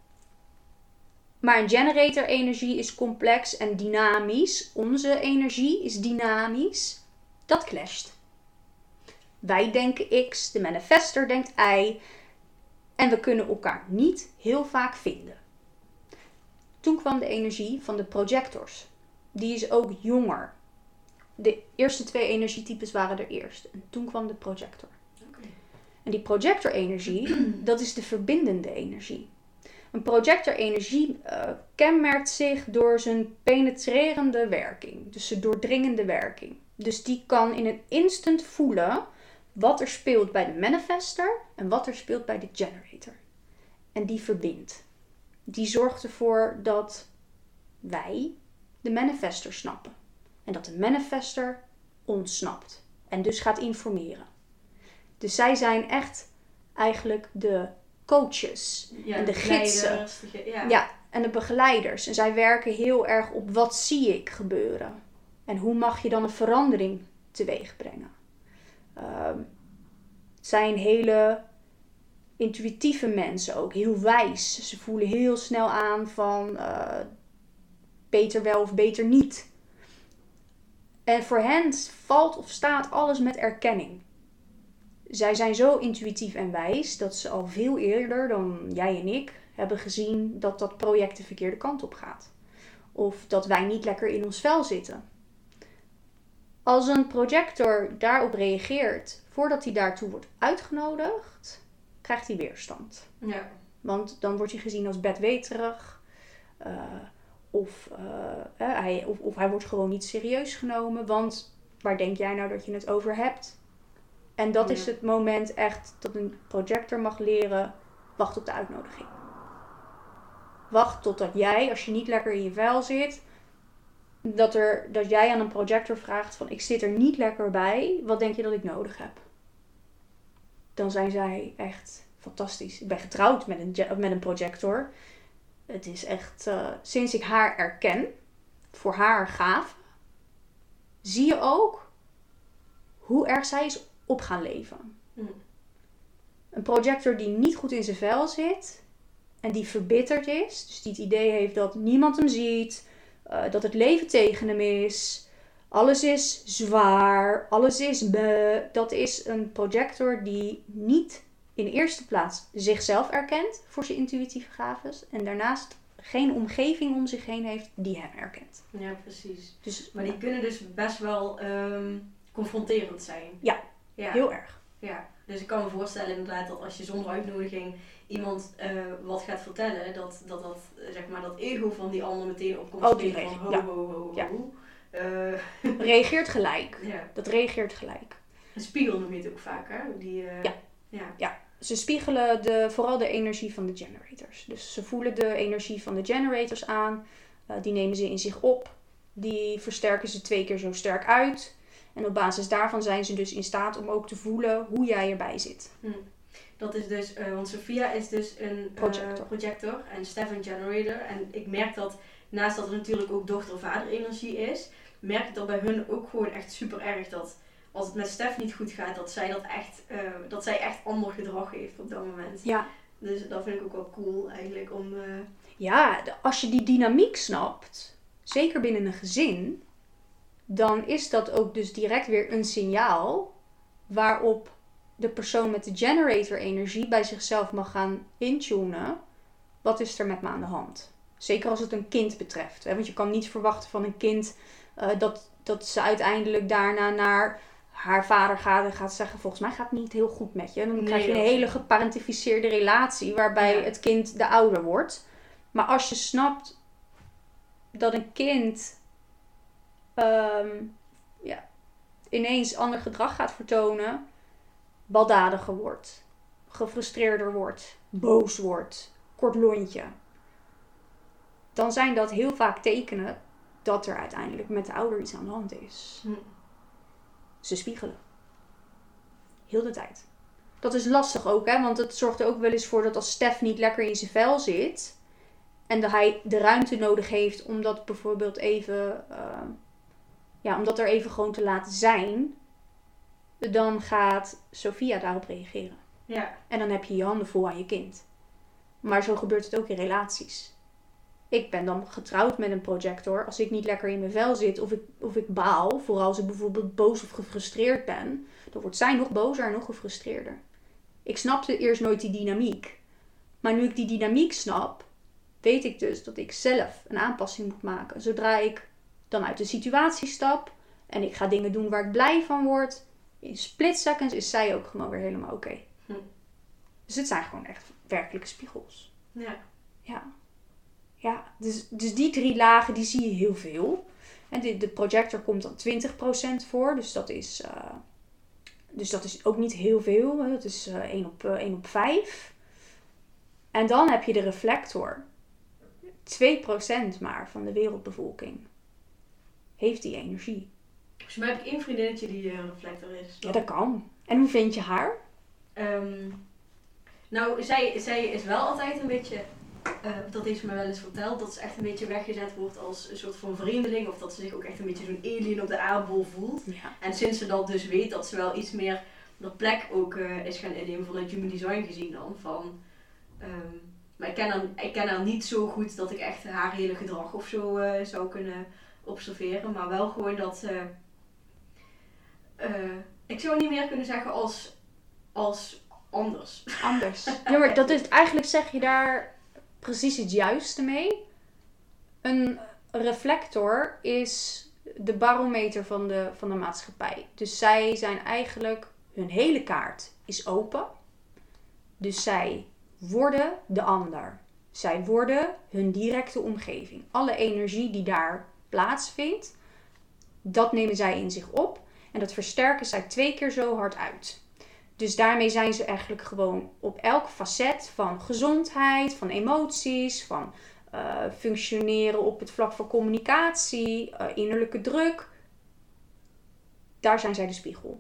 Maar een generator energie is complex en dynamisch. Onze energie is dynamisch. Dat clasht. Wij denken X, de manifester denkt Y. En we kunnen elkaar niet heel vaak vinden. Toen kwam de energie van de projectors. Die is ook jonger. De eerste twee energietypes waren er eerst. En toen kwam de projector. Okay. En die projector-energie, dat is de verbindende energie. Een projector-energie uh, kenmerkt zich door zijn penetrerende werking. Dus zijn doordringende werking. Dus die kan in een instant voelen wat er speelt bij de manifester en wat er speelt bij de generator. En die verbindt. Die zorgt ervoor dat wij de manifester snappen. En dat de manifester ons snapt. En dus gaat informeren. Dus zij zijn echt eigenlijk de coaches. Ja, en de gidsen. De, ja. ja, en de begeleiders. En zij werken heel erg op wat zie ik gebeuren. En hoe mag je dan een verandering teweeg brengen. Uh, het zijn hele intuïtieve mensen ook. Heel wijs. Ze voelen heel snel aan van uh, beter wel of beter niet. En voor hen valt of staat alles met erkenning. Zij zijn zo intuïtief en wijs dat ze al veel eerder dan jij en ik hebben gezien dat dat project de verkeerde kant op gaat. Of dat wij niet lekker in ons vel zitten. Als een projector daarop reageert voordat hij daartoe wordt uitgenodigd, krijgt hij weerstand. Ja. Want dan wordt hij gezien als bedweterig. Uh, Of, uh, eh, hij, of, of hij wordt gewoon niet serieus genomen. Want waar denk jij nou dat je het over hebt? En dat ja. is het moment echt dat een projector mag leren. Wacht op de uitnodiging. Wacht totdat jij, als je niet lekker in je vel zit. Dat, er, dat jij aan een projector vraagt van ik zit er niet lekker bij. Wat denk je dat ik nodig heb? Dan zijn zij echt fantastisch. Ik ben getrouwd met een, met een projector. Het is echt, uh, sinds ik haar erken, voor haar gaven, zie je ook hoe erg zij is op gaan leven. Mm. Een projector die niet goed in zijn vel zit en die verbitterd is, dus die het idee heeft dat niemand hem ziet, uh, dat het leven tegen hem is, alles is zwaar, alles is be. Dat is een projector die niet in de eerste plaats zichzelf erkent voor zijn intuïtieve gaven. En daarnaast geen omgeving om zich heen heeft die hem erkent. Ja, precies. Dus, maar die ja. kunnen dus best wel um, confronterend zijn. Ja, ja, heel erg. Ja, dus ik kan me voorstellen inderdaad dat als je zonder uitnodiging iemand uh, wat gaat vertellen, dat dat, dat, zeg maar, dat ego van die ander meteen opkomt. Oh, die van ho, ja. ho, ho, ho, ja. ho. Uh, reageert gelijk. Ja. Dat reageert gelijk. Een spiegel noem je het ook vaak, hè? Die, uh, ja. Ja. ja, ze spiegelen de, vooral de energie van de generators. Dus ze voelen de energie van de generators aan. Uh, die nemen ze in zich op. Die versterken ze twee keer zo sterk uit. En op basis daarvan zijn ze dus in staat om ook te voelen hoe jij erbij zit. Hm. Dat is dus, uh, want Sophia is dus een projector. Uh, projector en Stef een generator. En ik merk dat, naast dat er natuurlijk ook dochter-vader energie is, merk ik dat bij hun ook gewoon echt super erg dat als het met Stef niet goed gaat, dat zij dat echt, uh, dat zij echt ander gedrag heeft op dat moment. Ja. Dus dat vind ik ook wel cool eigenlijk om... Uh... Ja, als je die dynamiek snapt, zeker binnen een gezin, dan is dat ook dus direct weer een signaal waarop de persoon met de generator energie bij zichzelf mag gaan intunen. Wat is er met me aan de hand? Zeker als het een kind betreft. Hè? Want je kan niet verwachten van een kind uh, dat, dat ze uiteindelijk daarna naar haar vader gaat en gaat zeggen, volgens mij gaat het niet heel goed met je. Dan nee, krijg je een hele geparentificeerde relatie waarbij ja. het kind de ouder wordt. Maar als je snapt dat een kind um, ja, ineens ander gedrag gaat vertonen, baldadiger wordt, gefrustreerder wordt, boos wordt, kort lontje, dan zijn dat heel vaak tekenen dat er uiteindelijk met de ouder iets aan de hand is. Hm. Ze spiegelen. Heel de tijd. Dat is lastig ook, hè? Want het zorgt er ook wel eens voor dat als Stef niet lekker in zijn vel zit en dat hij de ruimte nodig heeft om dat bijvoorbeeld even, uh, ja, om dat er even gewoon te laten zijn, dan gaat Sophia daarop reageren. Ja. En dan heb je je handen vol aan je kind. Maar zo gebeurt het ook in relaties. Ik ben dan getrouwd met een projector. Als ik niet lekker in mijn vel zit of ik, of ik baal, vooral als ik bijvoorbeeld boos of gefrustreerd ben, dan wordt zij nog bozer en nog gefrustreerder. Ik snapte eerst nooit die dynamiek. Maar nu ik die dynamiek snap, weet ik dus dat ik zelf een aanpassing moet maken. Zodra ik dan uit de situatie stap en ik ga dingen doen waar ik blij van word, in split seconds is zij ook gewoon weer helemaal oké. Okay. Hm. Dus het zijn gewoon echt werkelijke spiegels. Ja. Ja. Ja, dus, dus die drie lagen, die zie je heel veel. En de, de projector komt dan twintig procent voor. Dus dat is, uh, dus dat is ook niet heel veel. Hè. Dat is uh, één op, uh, één op vijf. En dan heb je de reflector. twee procent maar van de wereldbevolking heeft die energie. Dus mij heb ik één vriendinnetje die uh, reflector is. Ja, dat kan. En hoe vind je haar? Um, nou, zij, zij is wel altijd een beetje... Uh, dat heeft ze me wel eens verteld, dat ze echt een beetje weggezet wordt als een soort van vreemdeling. Of dat ze zich ook echt een beetje zo'n alien op de aardbol voelt. Ja. En sinds ze dat dus weet, dat ze wel iets meer de plek ook uh, is gaan innemen vanuit Human Design gezien dan. Van, um, maar ik ken, haar, ik ken haar niet zo goed dat ik echt haar hele gedrag of zo uh, zou kunnen observeren. Maar wel gewoon dat... Uh, uh, ik zou niet meer kunnen zeggen als, als anders. Anders. Ja, maar dat is, eigenlijk zeg je daar precies het juiste mee. Een reflector is de barometer van de, van de maatschappij. Dus zij zijn eigenlijk, hun hele kaart is open. Dus zij worden de ander. Zij worden hun directe omgeving. Alle energie die daar plaatsvindt, dat nemen zij in zich op. En dat versterken zij twee keer zo hard uit. Dus daarmee zijn ze eigenlijk gewoon op elk facet van gezondheid, van emoties, van uh, functioneren op het vlak van communicatie, uh, innerlijke druk. Daar zijn zij de spiegel.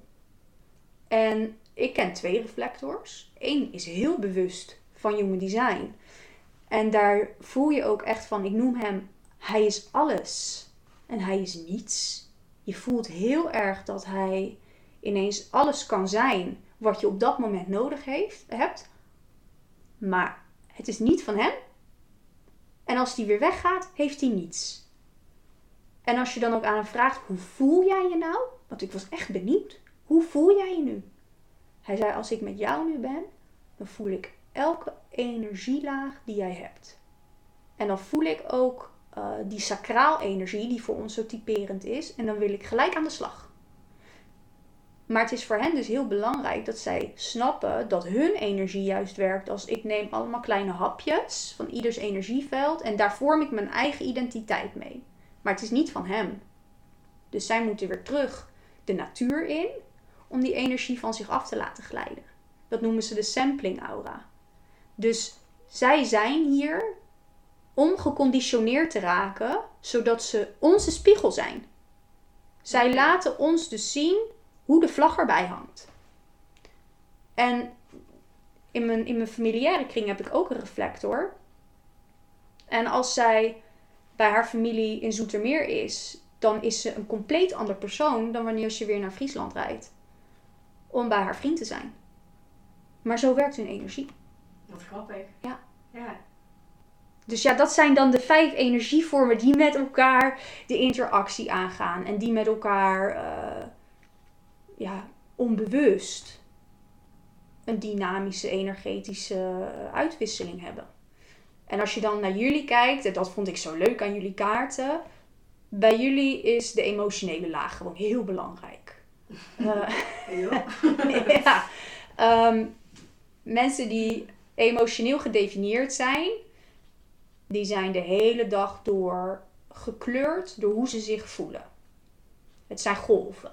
En ik ken twee reflectors. Eén is heel bewust van Human Design. En daar voel je ook echt van, ik noem hem, hij is alles en hij is niets. Je voelt heel erg dat hij ineens alles kan zijn wat je op dat moment nodig heeft, hebt. Maar het is niet van hem. En als die weer weggaat, heeft hij niets. En als je dan ook aan hem vraagt, hoe voel jij je nou? Want ik was echt benieuwd. Hoe voel jij je nu? Hij zei, als ik met jou nu ben, dan voel ik elke energielaag die jij hebt. En dan voel ik ook uh, die sacraal energie die voor ons zo typerend is. En dan wil ik gelijk aan de slag. Maar het is voor hen dus heel belangrijk dat zij snappen dat hun energie juist werkt als ik neem allemaal kleine hapjes van ieders energieveld en daar vorm ik mijn eigen identiteit mee. Maar het is niet van hem. Dus zij moeten weer terug de natuur in om die energie van zich af te laten glijden. Dat noemen ze de sampling aura. Dus zij zijn hier om geconditioneerd te raken, zodat ze onze spiegel zijn. Zij laten ons dus zien hoe de vlag erbij hangt. En in mijn, in mijn familiaire kring heb ik ook een reflector. En als zij bij haar familie in Zoetermeer is, dan is ze een compleet ander persoon dan wanneer ze weer naar Friesland rijdt. Om bij haar vriend te zijn. Maar zo werkt hun energie. Wat grappig. Ja. Ja. Dus ja, dat zijn dan de vijf energievormen die met elkaar de interactie aangaan. En die met elkaar uh, ja, onbewust een dynamische, energetische uitwisseling hebben. En als je dan naar jullie kijkt, en dat vond ik zo leuk aan jullie kaarten. Bij jullie is de emotionele laag gewoon heel belangrijk. Uh, ja. Um, mensen die emotioneel gedefinieerd zijn, die zijn de hele dag door gekleurd door hoe ze zich voelen. Het zijn golven.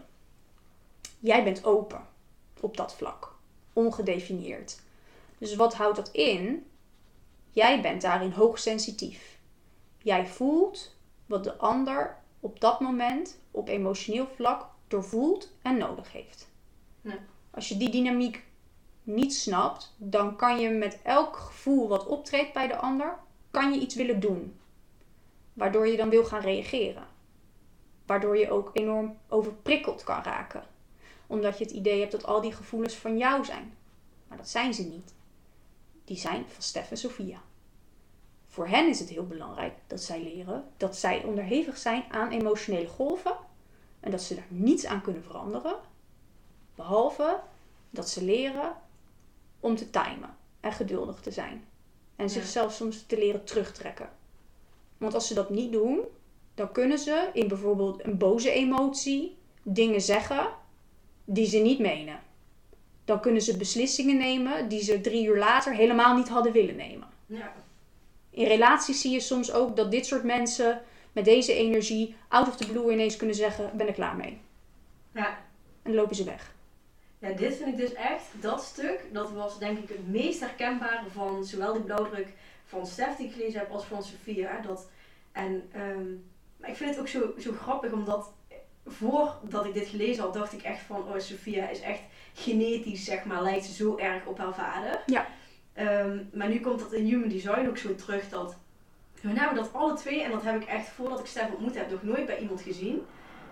Jij bent open op dat vlak. Ongedefinieerd. Dus wat houdt dat in? Jij bent daarin hoogsensitief. Jij voelt wat de ander op dat moment op emotioneel vlak doorvoelt en nodig heeft. Ja. Als je die dynamiek niet snapt, dan kan je met elk gevoel wat optreedt bij de ander, kan je iets willen doen. Waardoor je dan wil gaan reageren. Waardoor je ook enorm overprikkeld kan raken. Omdat je het idee hebt dat al die gevoelens van jou zijn. Maar dat zijn ze niet. Die zijn van Stef en Sophia. Voor hen is het heel belangrijk dat zij leren dat zij onderhevig zijn aan emotionele golven. En dat ze daar niets aan kunnen veranderen. Behalve dat ze leren om te timen en geduldig te zijn. En Ja. zichzelf soms te leren terugtrekken. Want als ze dat niet doen, dan kunnen ze in bijvoorbeeld een boze emotie dingen zeggen die ze niet menen. Dan kunnen ze beslissingen nemen die ze drie uur later helemaal niet hadden willen nemen. Ja. In relaties zie je soms ook dat dit soort mensen met deze energie out of the blue ineens kunnen zeggen, ben ik klaar mee. Ja. En dan lopen ze weg. Ja, dit vind ik dus echt, dat stuk, dat was denk ik het meest herkenbare van zowel die blauwdruk van Stef die ik gelezen heb als van Sophia. Dat, en um, maar ik vind het ook zo, zo grappig, omdat voordat ik dit gelezen had, dacht ik echt van, oh, Sophia is echt genetisch, zeg maar, lijkt ze zo erg op haar vader. Ja. Um, maar nu komt dat in Human Design ook zo terug, dat we hebben dat alle twee, en dat heb ik echt voordat ik Stef ontmoet heb, nog nooit bij iemand gezien.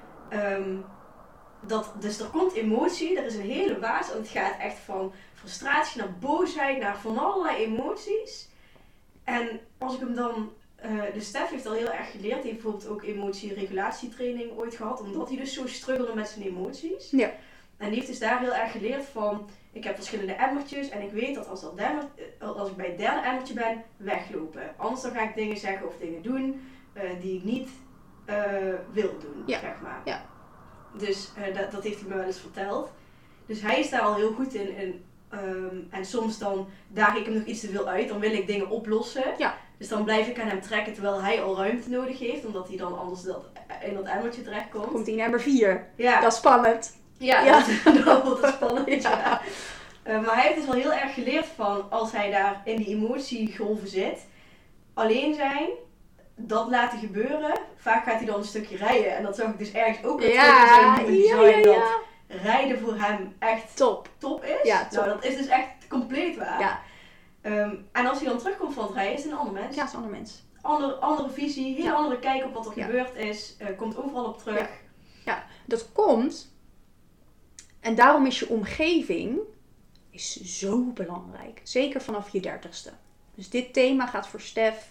Um, Dat, dus er komt emotie, er is een hele waas en het gaat echt van frustratie naar boosheid, naar van allerlei emoties. En als ik hem dan, uh, de Stef heeft al heel erg geleerd, hij heeft bijvoorbeeld ook emotieregulatietraining ooit gehad, omdat hij dus zo struggelde met zijn emoties. Ja. En die heeft dus daar heel erg geleerd van, ik heb verschillende emmertjes en ik weet dat als, dat derde, als ik bij het derde emmertje ben, weglopen. Anders dan ga ik dingen zeggen of dingen doen uh, die ik niet uh, wil doen, Ja. zeg maar. Ja. Dus uh, dat, dat heeft hij me wel eens verteld. Dus hij is daar al heel goed in. En, um, en soms dan daag ik hem nog iets te veel uit. Dan wil ik dingen oplossen. Ja. Dus dan blijf ik aan hem trekken terwijl hij al ruimte nodig heeft. Omdat hij dan anders dat, in dat emmertje terecht komt. Komt hij in nummer vier. Ja, Dat is spannend. ja, Ja. Dat, dat wordt het spannend. Ja. Ja. Uh, maar hij heeft dus wel heel erg geleerd van als hij daar in die emotiegolven zit. Alleen zijn. Dat laten gebeuren. Vaak gaat hij dan een stukje rijden. En dat zag ik dus ergens ook wel Ja, terug in zijn nieuwe ja, design. ja, Dat ja. rijden voor hem echt Top. top is. Ja, top. Nou, dat is dus echt compleet waar. Ja. Um, en als hij dan terugkomt van het rijden, is het een ander mens. Ja, dat is een ander mens. Andere, andere visie, heel Ja. andere kijk op wat er Ja. gebeurd is. Uh, komt overal op terug. Ja. Dat komt. En daarom is je omgeving is zo belangrijk. Zeker vanaf je dertigste. Dus dit thema gaat voor Stef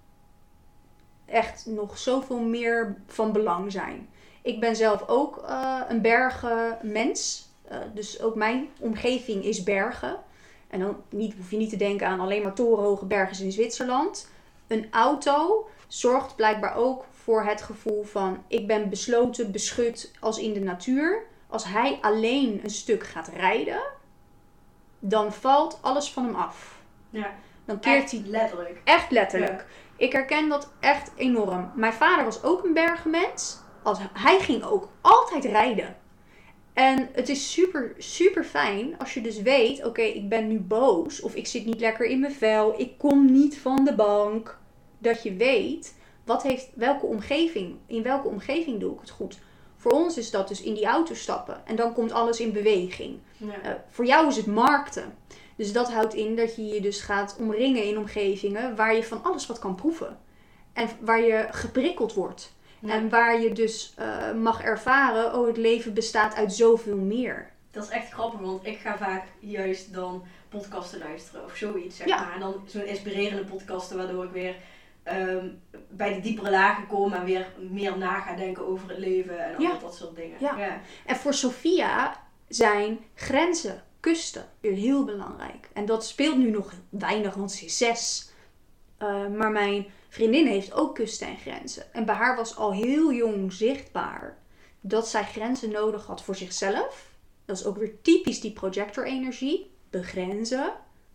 echt nog zoveel meer van belang zijn. Ik ben zelf ook uh, een bergenmens. Uh, dus ook mijn omgeving is bergen. En dan niet, hoef je niet te denken aan alleen maar torenhoge bergen in Zwitserland. Een auto zorgt blijkbaar ook voor het gevoel van ik ben besloten, beschut als in de natuur. Als hij alleen een stuk gaat rijden, dan valt alles van hem af. Ja. Dan keert Echt hij letterlijk. echt letterlijk. Ik herken dat echt enorm. Mijn vader was ook een bergenmens. Als, hij ging ook altijd rijden. En het is super, super fijn als je dus weet, oké, okay, ik ben nu boos. Of ik zit niet lekker in mijn vel. Ik kom niet van de bank. Dat je weet, wat heeft, welke omgeving, in welke omgeving doe ik het goed. Voor ons is dat dus in die auto stappen. En dan komt alles in beweging. Ja. Uh, voor jou is het markten. Dus dat houdt in dat je je dus gaat omringen in omgevingen waar je van alles wat kan proeven. En waar je geprikkeld wordt. Ja. En waar je dus uh, mag ervaren, oh, het leven bestaat uit zoveel meer. Dat is echt grappig, want ik ga vaak juist dan podcasten luisteren of zoiets, zeg Ja. maar. En dan zo'n inspirerende podcasten, waardoor ik weer um, bij de diepere lagen kom en weer meer na ga denken over het leven en al Ja. dat soort dingen. Ja. Ja. En voor Sophia zijn grenzen, kusten, weer heel belangrijk. En dat speelt nu nog weinig, want ze is zes. Uh, maar mijn vriendin heeft ook kusten en grenzen. En bij haar was al heel jong zichtbaar dat zij grenzen nodig had voor zichzelf. Dat is ook weer typisch die projector-energie. Begrenzen.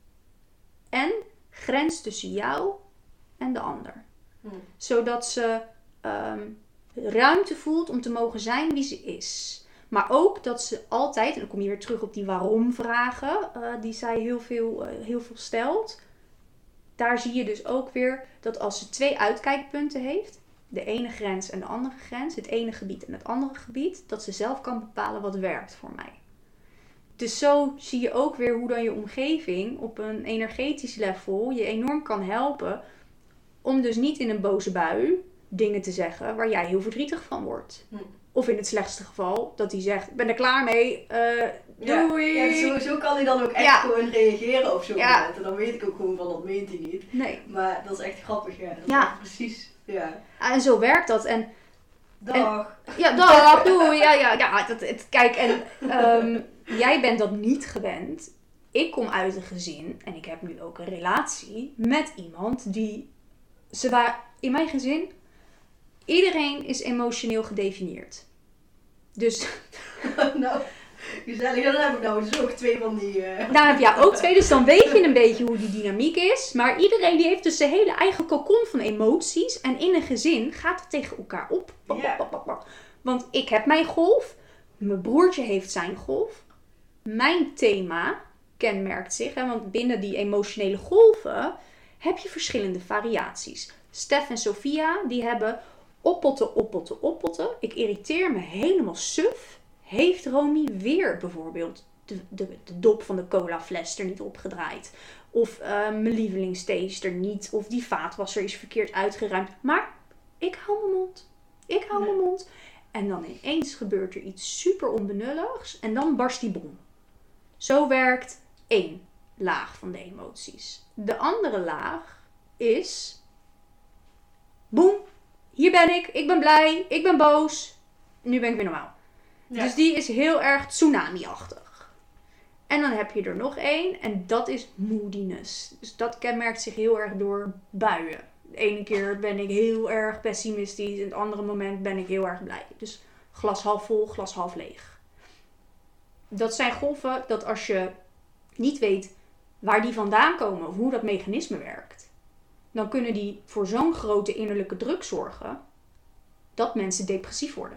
En grens tussen jou en de ander. Hmm. Zodat ze um, ruimte voelt om te mogen zijn wie ze is. Maar ook dat ze altijd, en dan kom je weer terug op die waarom vragen, uh, die zij heel veel, uh, heel veel stelt. Daar zie je dus ook weer dat als ze twee uitkijkpunten heeft, de ene grens en de andere grens, het ene gebied en het andere gebied, dat ze zelf kan bepalen wat werkt voor mij. Dus zo zie je ook weer hoe dan je omgeving op een energetisch level je enorm kan helpen om dus niet in een boze bui dingen te zeggen waar jij heel verdrietig van wordt. Hm. Of in het slechtste geval dat hij zegt, ik ben er klaar mee, uh, doei. Ja, ja, zo, zo kan hij dan ook echt Ja. gewoon reageren op zo'n Ja. moment. En dan weet ik ook gewoon van, dat meent hij niet. Nee. Maar dat is echt grappig, ja. Dat Ja. is echt precies, ja. En zo werkt dat. En Dag. ja, dag, doei. Ja, ja, ja. Dat, het, kijk, en um, jij bent dat niet gewend. Ik kom uit een gezin en ik heb nu ook een relatie met iemand die, ze waren in mijn gezin, iedereen is emotioneel gedefinieerd. Dus Nou, gezellig. Dan heb ik nou dus ook twee van die... Uh... daar heb jij ook twee, dus dan weet je een beetje hoe die dynamiek is. Maar iedereen die heeft dus zijn hele eigen cocon van emoties. En in een gezin gaat het tegen elkaar op. Ja. Want ik heb mijn golf, mijn broertje heeft zijn golf. Mijn thema kenmerkt zich, hè, want binnen die emotionele golven heb je verschillende variaties. Stef en Sophia, die hebben oppotten, oppotten, oppotten. Ik irriteer me helemaal suf. Heeft Romy weer bijvoorbeeld de, de, de dop van de colafles er niet opgedraaid? Of uh, mijn lievelingsthee is er niet? Of die vaatwasser is verkeerd uitgeruimd? Maar ik hou mijn mond. Ik hou Nee. mijn mond. En dan ineens gebeurt er iets super onbenulligs. En dan barst die bom. Zo werkt één laag van de emoties. De andere laag is... Boem, hier ben ik. Ik ben blij. Ik ben boos. Nu ben ik weer normaal. Ja. Dus die is heel erg tsunami-achtig. En dan heb je er nog één. En dat is moodiness. Dus dat kenmerkt zich heel erg door buien. De ene keer ben ik heel erg pessimistisch. En het andere moment ben ik heel erg blij. Dus glas half vol, glas half leeg. Dat zijn golven dat als je niet weet waar die vandaan komen. Of hoe dat mechanisme werkt. Dan kunnen die voor zo'n grote innerlijke druk zorgen. Dat mensen depressief worden.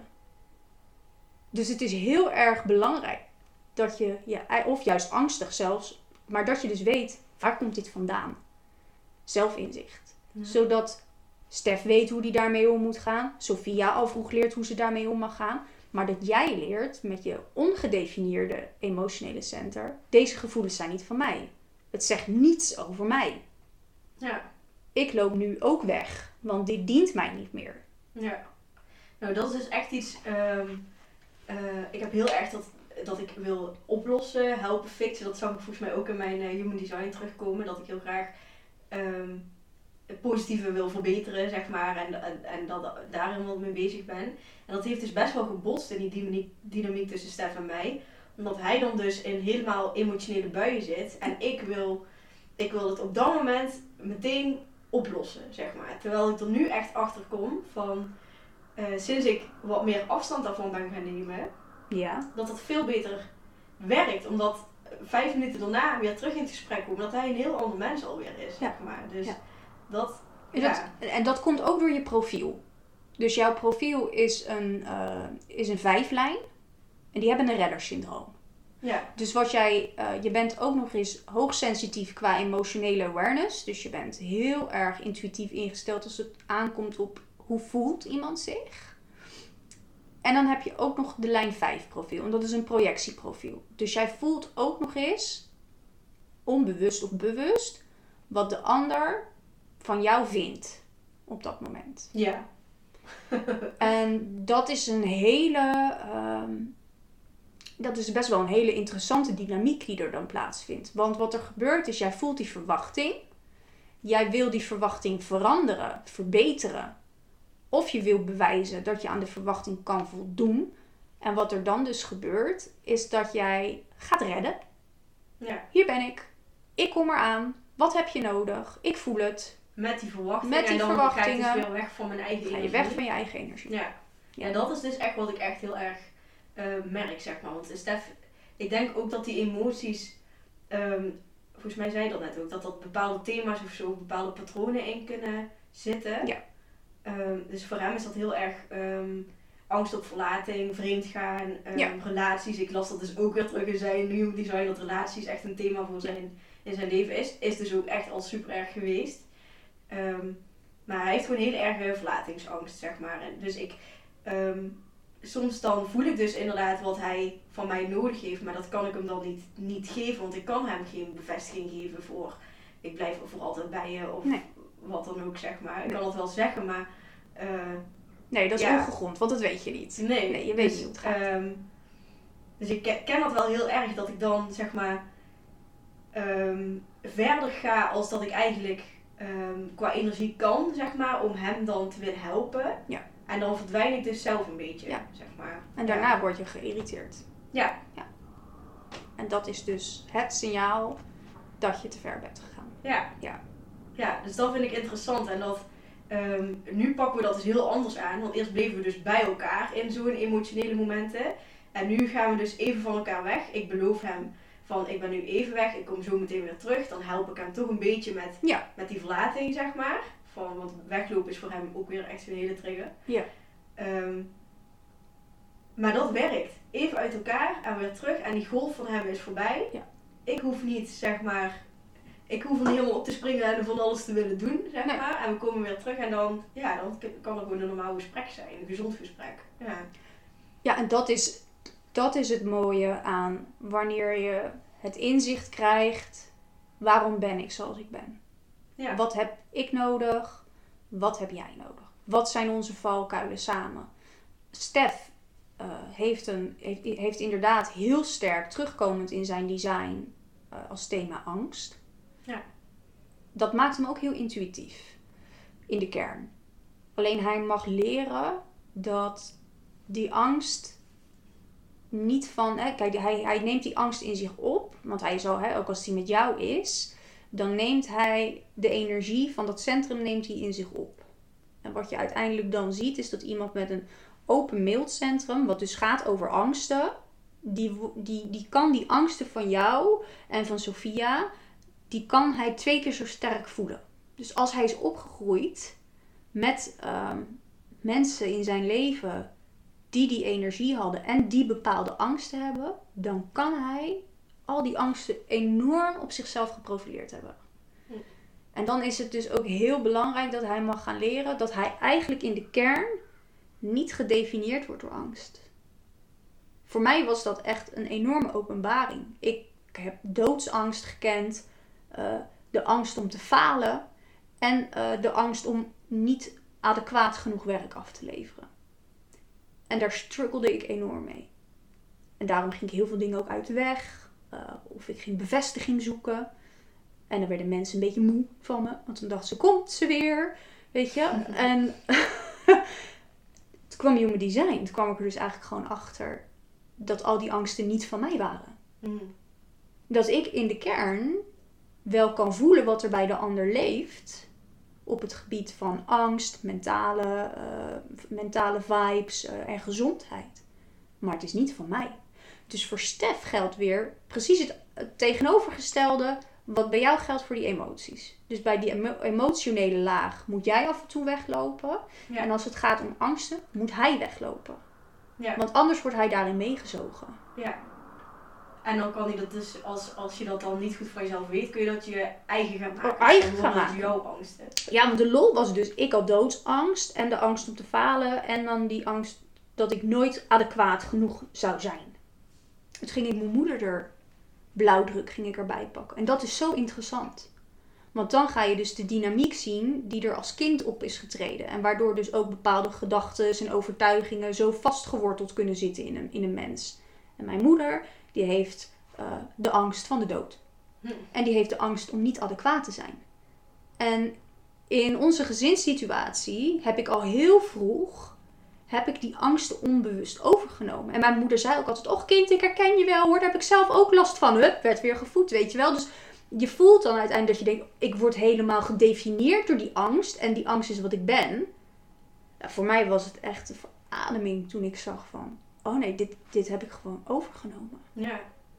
Dus het is heel erg belangrijk dat je, ja, of juist angstig zelfs, maar dat je dus weet, waar komt dit vandaan? Zelfinzicht. Ja. Zodat Stef weet hoe die daarmee om moet gaan. Sophia al vroeg leert hoe ze daarmee om mag gaan. Maar dat jij leert met je ongedefinieerde emotionele center, deze gevoelens zijn niet van mij. Het zegt niets over mij. Ja. Ik loop nu ook weg, want dit dient mij niet meer. Ja. Nou, dat is dus echt iets... Um, uh, ik heb heel erg dat, dat ik wil oplossen, helpen, fixen. Dat zag ik volgens mij ook in mijn uh, Human Design terugkomen. Dat ik heel graag um, het positieve wil verbeteren, zeg maar. En, en, en dat, daar helemaal mee bezig ben. En dat heeft dus best wel gebotst in die dynamiek, dynamiek tussen Stef en mij. Omdat hij dan dus in helemaal emotionele buien zit. En ik wil, ik wil het op dat moment meteen oplossen, zeg maar. Terwijl ik er nu echt achter kom van... Uh, sinds ik wat meer afstand daarvan ben gaan nemen, Ja. dat het veel beter werkt. Omdat vijf minuten daarna weer terug in het gesprek komen, dat hij een heel ander mens alweer is, zeg maar. Dus Ja. dat, En, ja. dat, en dat komt ook door je profiel. Dus jouw profiel is een, uh, is een vijflijn. En die hebben een reddersyndroom. Ja. Dus wat jij, uh, je bent ook nog eens hoogsensitief qua emotionele awareness. Dus je bent heel erg intuïtief ingesteld als het aankomt op hoe voelt iemand zich. En dan heb je ook nog de lijn vijf profiel. En dat is een projectieprofiel. Dus jij voelt ook nog eens, onbewust of bewust, wat de ander van jou vindt op dat moment. Ja. En dat is een hele... Um, dat is best wel een hele interessante dynamiek die er dan plaatsvindt. Want wat er gebeurt is, jij voelt die verwachting. Jij wil die verwachting veranderen, verbeteren. Of je wil bewijzen dat je aan de verwachting kan voldoen. En wat er dan dus gebeurt, is dat jij gaat redden. Ja. Hier ben ik. Ik kom eraan. Wat heb je nodig? Ik voel het. Met die verwachtingen. Met die en dan verwachtingen. ga ik dus weer weg van mijn eigen Ga je energie. weg van je eigen energie. Ja. Ja. En dat is dus echt wat ik echt heel erg uh, merk, zeg maar. Want Stef, ik denk ook dat die emoties, um, volgens mij zei je dat net ook, dat dat bepaalde thema's of zo, bepaalde patronen in kunnen zitten. Ja. Um, dus voor hem is dat heel erg um, angst op verlating, vreemdgaan, um, Ja. relaties. Ik las dat dus ook weer terug in zijn Human Design, dat relaties echt een thema voor zijn, in zijn leven is. Is dus ook echt al super erg geweest. Um, maar hij heeft gewoon heel erg verlatingsangst, zeg maar. En dus ik, um, soms dan voel ik dus inderdaad wat hij van mij nodig heeft, maar dat kan ik hem dan niet, niet geven, want ik kan hem geen bevestiging geven voor, ik blijf voor altijd bij je, of Nee. wat dan ook, zeg maar. Ik Nee. kan dat wel zeggen, maar... Uh, Nee, dat is ja. ongegrond, want dat weet je niet. Nee, Nee, je weet dus, niet hoe het gaat. Um, dus ik ken, ken dat wel heel erg, dat ik dan, zeg maar, um, verder ga als dat ik eigenlijk um, qua energie kan, zeg maar, om hem dan te willen helpen. Ja. En dan verdwijn ik dus zelf een beetje, Ja. zeg maar. En daarna word je geïrriteerd. Ja. ja. En dat is dus het signaal dat je te ver bent gegaan. Ja. Ja. Ja, dus dat vind ik interessant. En dat, um, nu pakken we dat dus heel anders aan. Want eerst bleven we dus bij elkaar in zo'n emotionele momenten. En nu gaan we dus even van elkaar weg. Ik beloof hem van, ik ben nu even weg, ik kom zo meteen weer terug. Dan help ik hem toch een beetje met, Ja. met die verlating, zeg maar. Van, want weglopen is voor hem ook weer echt een hele trigger. Ja. Um, maar dat werkt. Even uit elkaar en weer terug. En die golf van hem is voorbij. Ja. Ik hoef niet, zeg maar... Ik hoef er niet helemaal op te springen en van alles te willen doen, zeg Nee. maar. En we komen weer terug en dan, ja, dan kan er gewoon een normaal gesprek zijn. Een gezond gesprek. Ja. Ja, en dat is, dat is het mooie aan wanneer je het inzicht krijgt. Waarom ben ik zoals ik ben? Ja. Wat heb ik nodig? Wat heb jij nodig? Wat zijn onze valkuilen samen? Stef uh, heeft, een, heeft, heeft inderdaad heel sterk terugkomend in zijn design uh, als thema angst. Ja. Dat maakt hem ook heel intuïtief in de kern. Alleen hij mag leren dat die angst niet van... Hè, kijk, hij, hij neemt die angst in zich op. Want hij zal, hè, ook als hij met jou is... dan neemt hij de energie van dat centrum neemt hij in zich op. En wat je uiteindelijk dan ziet... is dat iemand met een open mild centrum... wat dus gaat over angsten... die, die, die kan die angsten van jou en van Sophia... die kan hij twee keer zo sterk voelen. Dus als hij is opgegroeid... met um, mensen in zijn leven... die die energie hadden en die bepaalde angsten hebben... dan kan hij al die angsten enorm op zichzelf geprofileerd hebben. Hm. En dan is het dus ook heel belangrijk dat hij mag gaan leren... dat hij eigenlijk in de kern niet gedefinieerd wordt door angst. Voor mij was dat echt een enorme openbaring. Ik heb doodsangst gekend... Uh, de angst om te falen... en uh, de angst om niet adequaat genoeg werk af te leveren. En daar struggelde ik enorm mee. En daarom ging ik heel veel dingen ook uit de weg. Uh, of ik ging bevestiging zoeken. En dan werden mensen een beetje moe van me. Want dan dachten ze, komt ze weer. Weet je. En toen kwam Human Design. Toen kwam ik er dus eigenlijk gewoon achter... dat al die angsten niet van mij waren. Mm. Dat ik in de kern wel kan voelen wat er bij de ander leeft... op het gebied van angst, mentale, uh, mentale vibes uh, en gezondheid. Maar het is niet van mij. Dus voor Stef geldt weer precies het, het tegenovergestelde... wat bij jou geldt voor die emoties. Dus bij die emo- emotionele laag moet jij af en toe weglopen. Ja. En als het gaat om angsten, moet hij weglopen. Ja. Want anders wordt hij daarin meegezogen. Ja. En dan kan hij dat dus, als, als je dat dan niet goed van jezelf weet, kun je dat je eigen gaan maken. Oh, eigen En gaan dan maken. jouw angsten. Ja, want de lol was dus, ik had doodsangst en de angst om te falen. En dan die angst dat ik nooit adequaat genoeg zou zijn. Dus ging ik mijn moeder er blauwdruk ging ik erbij pakken. En dat is zo interessant. Want dan ga je dus de dynamiek zien die er als kind op is getreden. En waardoor dus ook bepaalde gedachten en overtuigingen zo vastgeworteld kunnen zitten in een, in een mens. En mijn moeder, die heeft uh, de angst van de dood. Hm. En die heeft de angst om niet adequaat te zijn. En in onze gezinssituatie heb ik al heel vroeg, heb ik die angsten onbewust overgenomen. En mijn moeder zei ook altijd, och kind, ik herken je wel hoor, daar heb ik zelf ook last van. Hup, werd weer gevoed, weet je wel. Dus je voelt dan uiteindelijk dat je denkt, ik word helemaal gedefinieerd door die angst. En die angst is wat ik ben. Nou, voor mij was het echt een verademing toen ik zag van, oh nee, dit, dit heb ik gewoon overgenomen. Ja.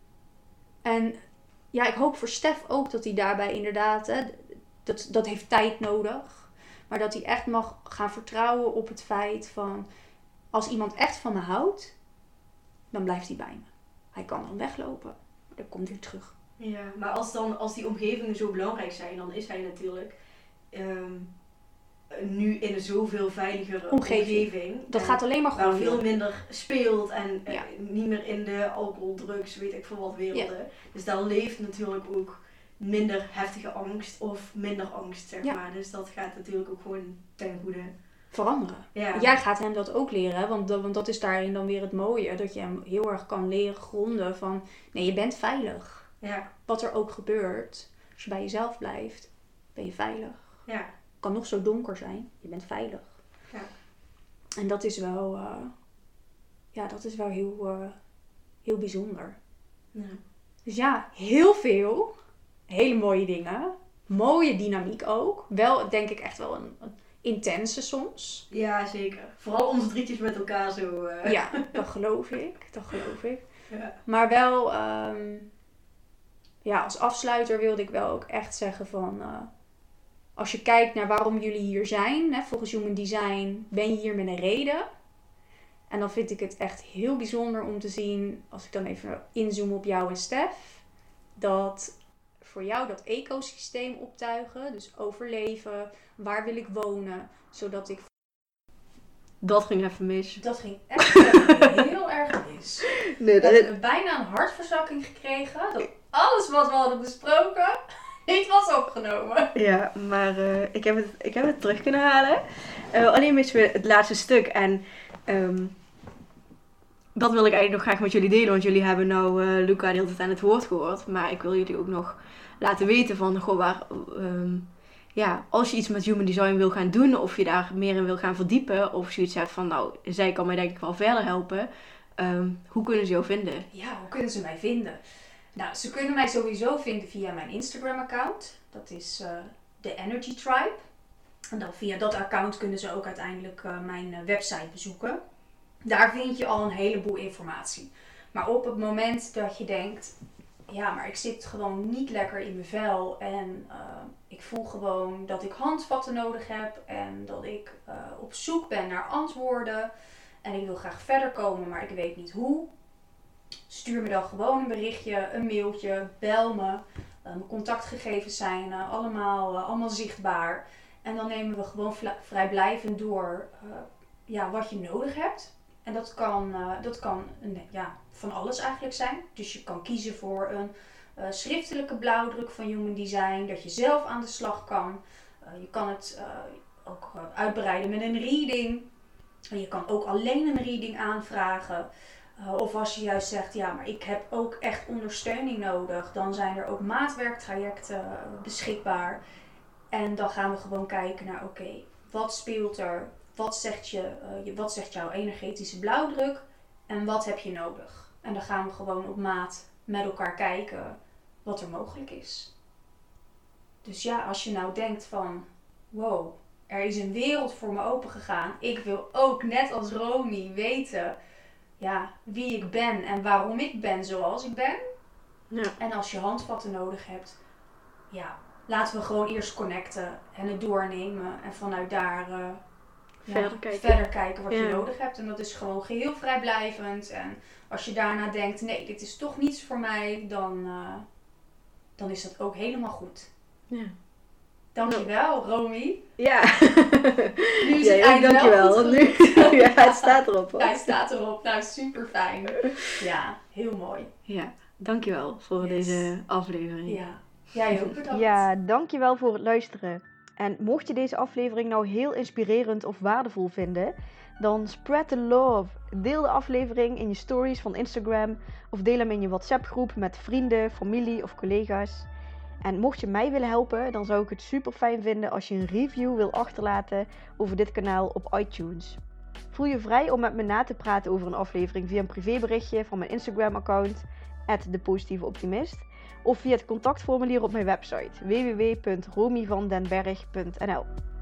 En ja, ik hoop voor Stef ook dat hij daarbij inderdaad, hè, dat, dat heeft tijd nodig. Maar dat hij echt mag gaan vertrouwen op het feit van, als iemand echt van me houdt, dan blijft hij bij me. Hij kan dan weglopen, maar dan komt hij terug. Ja, maar als, dan, als die omgevingen zo belangrijk zijn, dan is hij natuurlijk um, nu in een zoveel veiligere omgeving. omgeving dat gaat alleen maar waar goed. veel minder speelt en Ja. uh, niet meer in de alcohol, drugs, weet ik veel wat werelden. Ja. Dus daar leeft natuurlijk ook minder heftige angst of minder angst, zeg Ja. maar. Dus dat gaat natuurlijk ook gewoon ten goede. Veranderen. Ja. Jij gaat hem dat ook leren, hè? Want, dat, want dat is daarin dan weer het mooie. Dat je hem heel erg kan leren gronden van, nee, je bent veilig. Ja. Wat er ook gebeurt, als je bij jezelf blijft, ben je veilig. Ja. Het kan nog zo donker zijn, je bent veilig. Ja. En dat is wel, uh, ja, dat is wel heel, uh, heel bijzonder. Ja. Dus ja, heel veel. Hele mooie dingen. Mooie dynamiek ook. Wel, denk ik, echt wel een, een intense soms. Ja, zeker. Vooral onze drietjes met elkaar zo. Uh... Ja, dat geloof ik. Dat geloof ik. Ja. Maar wel, um, ja, als afsluiter wilde ik wel ook echt zeggen van, uh, als je kijkt naar waarom jullie hier zijn, hè, volgens Human Design ben je hier met een reden. En dan vind ik het echt heel bijzonder om te zien, als ik dan even inzoom op jou en Stef, dat voor jou dat ecosysteem optuigen, dus overleven, waar wil ik wonen, zodat ik... Dat ging even mis. Dat ging echt heel erg mis. Nee, We hebben bijna een hartverzakking gekregen, dat alles wat we hadden besproken niet was opgenomen. Ja, maar uh, ik, heb het, ik heb het terug kunnen halen. Uh, alleen missen we het laatste stuk. En um, dat wil ik eigenlijk nog graag met jullie delen. Want jullie hebben nou uh, Luca de hele tijd aan het woord gehoord. Maar ik wil jullie ook nog laten weten van, goh, waar, um, ja, als je iets met Human Design wil gaan doen. Of je daar meer in wil gaan verdiepen. Of zoiets hebt van, nou, zij kan mij denk ik wel verder helpen. Um, hoe kunnen ze jou vinden? Ja, hoe kunnen ze mij vinden? Nou, ze kunnen mij sowieso vinden via mijn Instagram-account. Dat is uh, The Energy Tribe. En dan via dat account kunnen ze ook uiteindelijk uh, mijn uh, website bezoeken. Daar vind je al een heleboel informatie. Maar op het moment dat je denkt, ja, maar ik zit gewoon niet lekker in mijn vel. En uh, ik voel gewoon dat ik handvatten nodig heb. En dat ik uh, op zoek ben naar antwoorden. En ik wil graag verder komen, maar ik weet niet hoe. Stuur me dan gewoon een berichtje, een mailtje, bel me. Uh, mijn contactgegevens zijn uh, allemaal, uh, allemaal zichtbaar. En dan nemen we gewoon vla- vrijblijvend door uh, ja, wat je nodig hebt. En dat kan, uh, dat kan uh, ja, van alles eigenlijk zijn. Dus je kan kiezen voor een uh, schriftelijke blauwdruk van Human Design. Dat je zelf aan de slag kan. Uh, je kan het uh, ook uh, uitbreiden met een reading. En je kan ook alleen een reading aanvragen. Uh, of als je juist zegt, ja, maar ik heb ook echt ondersteuning nodig. Dan zijn er ook maatwerktrajecten uh, beschikbaar. En dan gaan we gewoon kijken naar, oké, okay, wat speelt er? Wat zegt, je, uh, je, wat zegt jouw energetische blauwdruk? En wat heb je nodig? En dan gaan we gewoon op maat met elkaar kijken wat er mogelijk is. Dus ja, als je nou denkt van, wow, er is een wereld voor me open gegaan. Ik wil ook, net als Romy, weten ja, wie ik ben en waarom ik ben zoals ik ben. Ja. En als je handvatten nodig hebt, ja, laten we gewoon eerst connecten en het doornemen. En vanuit daar uh, ja, verder, kijken. verder kijken wat ja. je nodig hebt. En dat is gewoon geheel vrijblijvend. En als je daarna denkt, nee, dit is toch niets voor mij, dan, uh, dan is dat ook helemaal goed. Ja. Dankjewel, Romy. Ja. Nu is ja, het ja, eind dankjewel. wel goed Nu, ja, het staat erop. Hoor. Ja, hij staat erop. Nou, super fijn. Ja, heel mooi. Ja, dankjewel voor Yes. deze aflevering. Ja. Jij ook bedankt. Ja, dankjewel voor het luisteren. En mocht je deze aflevering nou heel inspirerend of waardevol vinden, dan spread the love. Deel de aflevering in je stories van Instagram of deel hem in je WhatsApp groep met vrienden, familie of collega's. En mocht je mij willen helpen, dan zou ik het super fijn vinden als je een review wil achterlaten over dit kanaal op iTunes. Voel je vrij om met me na te praten over een aflevering via een privéberichtje van mijn Instagram account, at de positieve optimist, of via het contactformulier op mijn website w w w punt romy van den berg punt n l.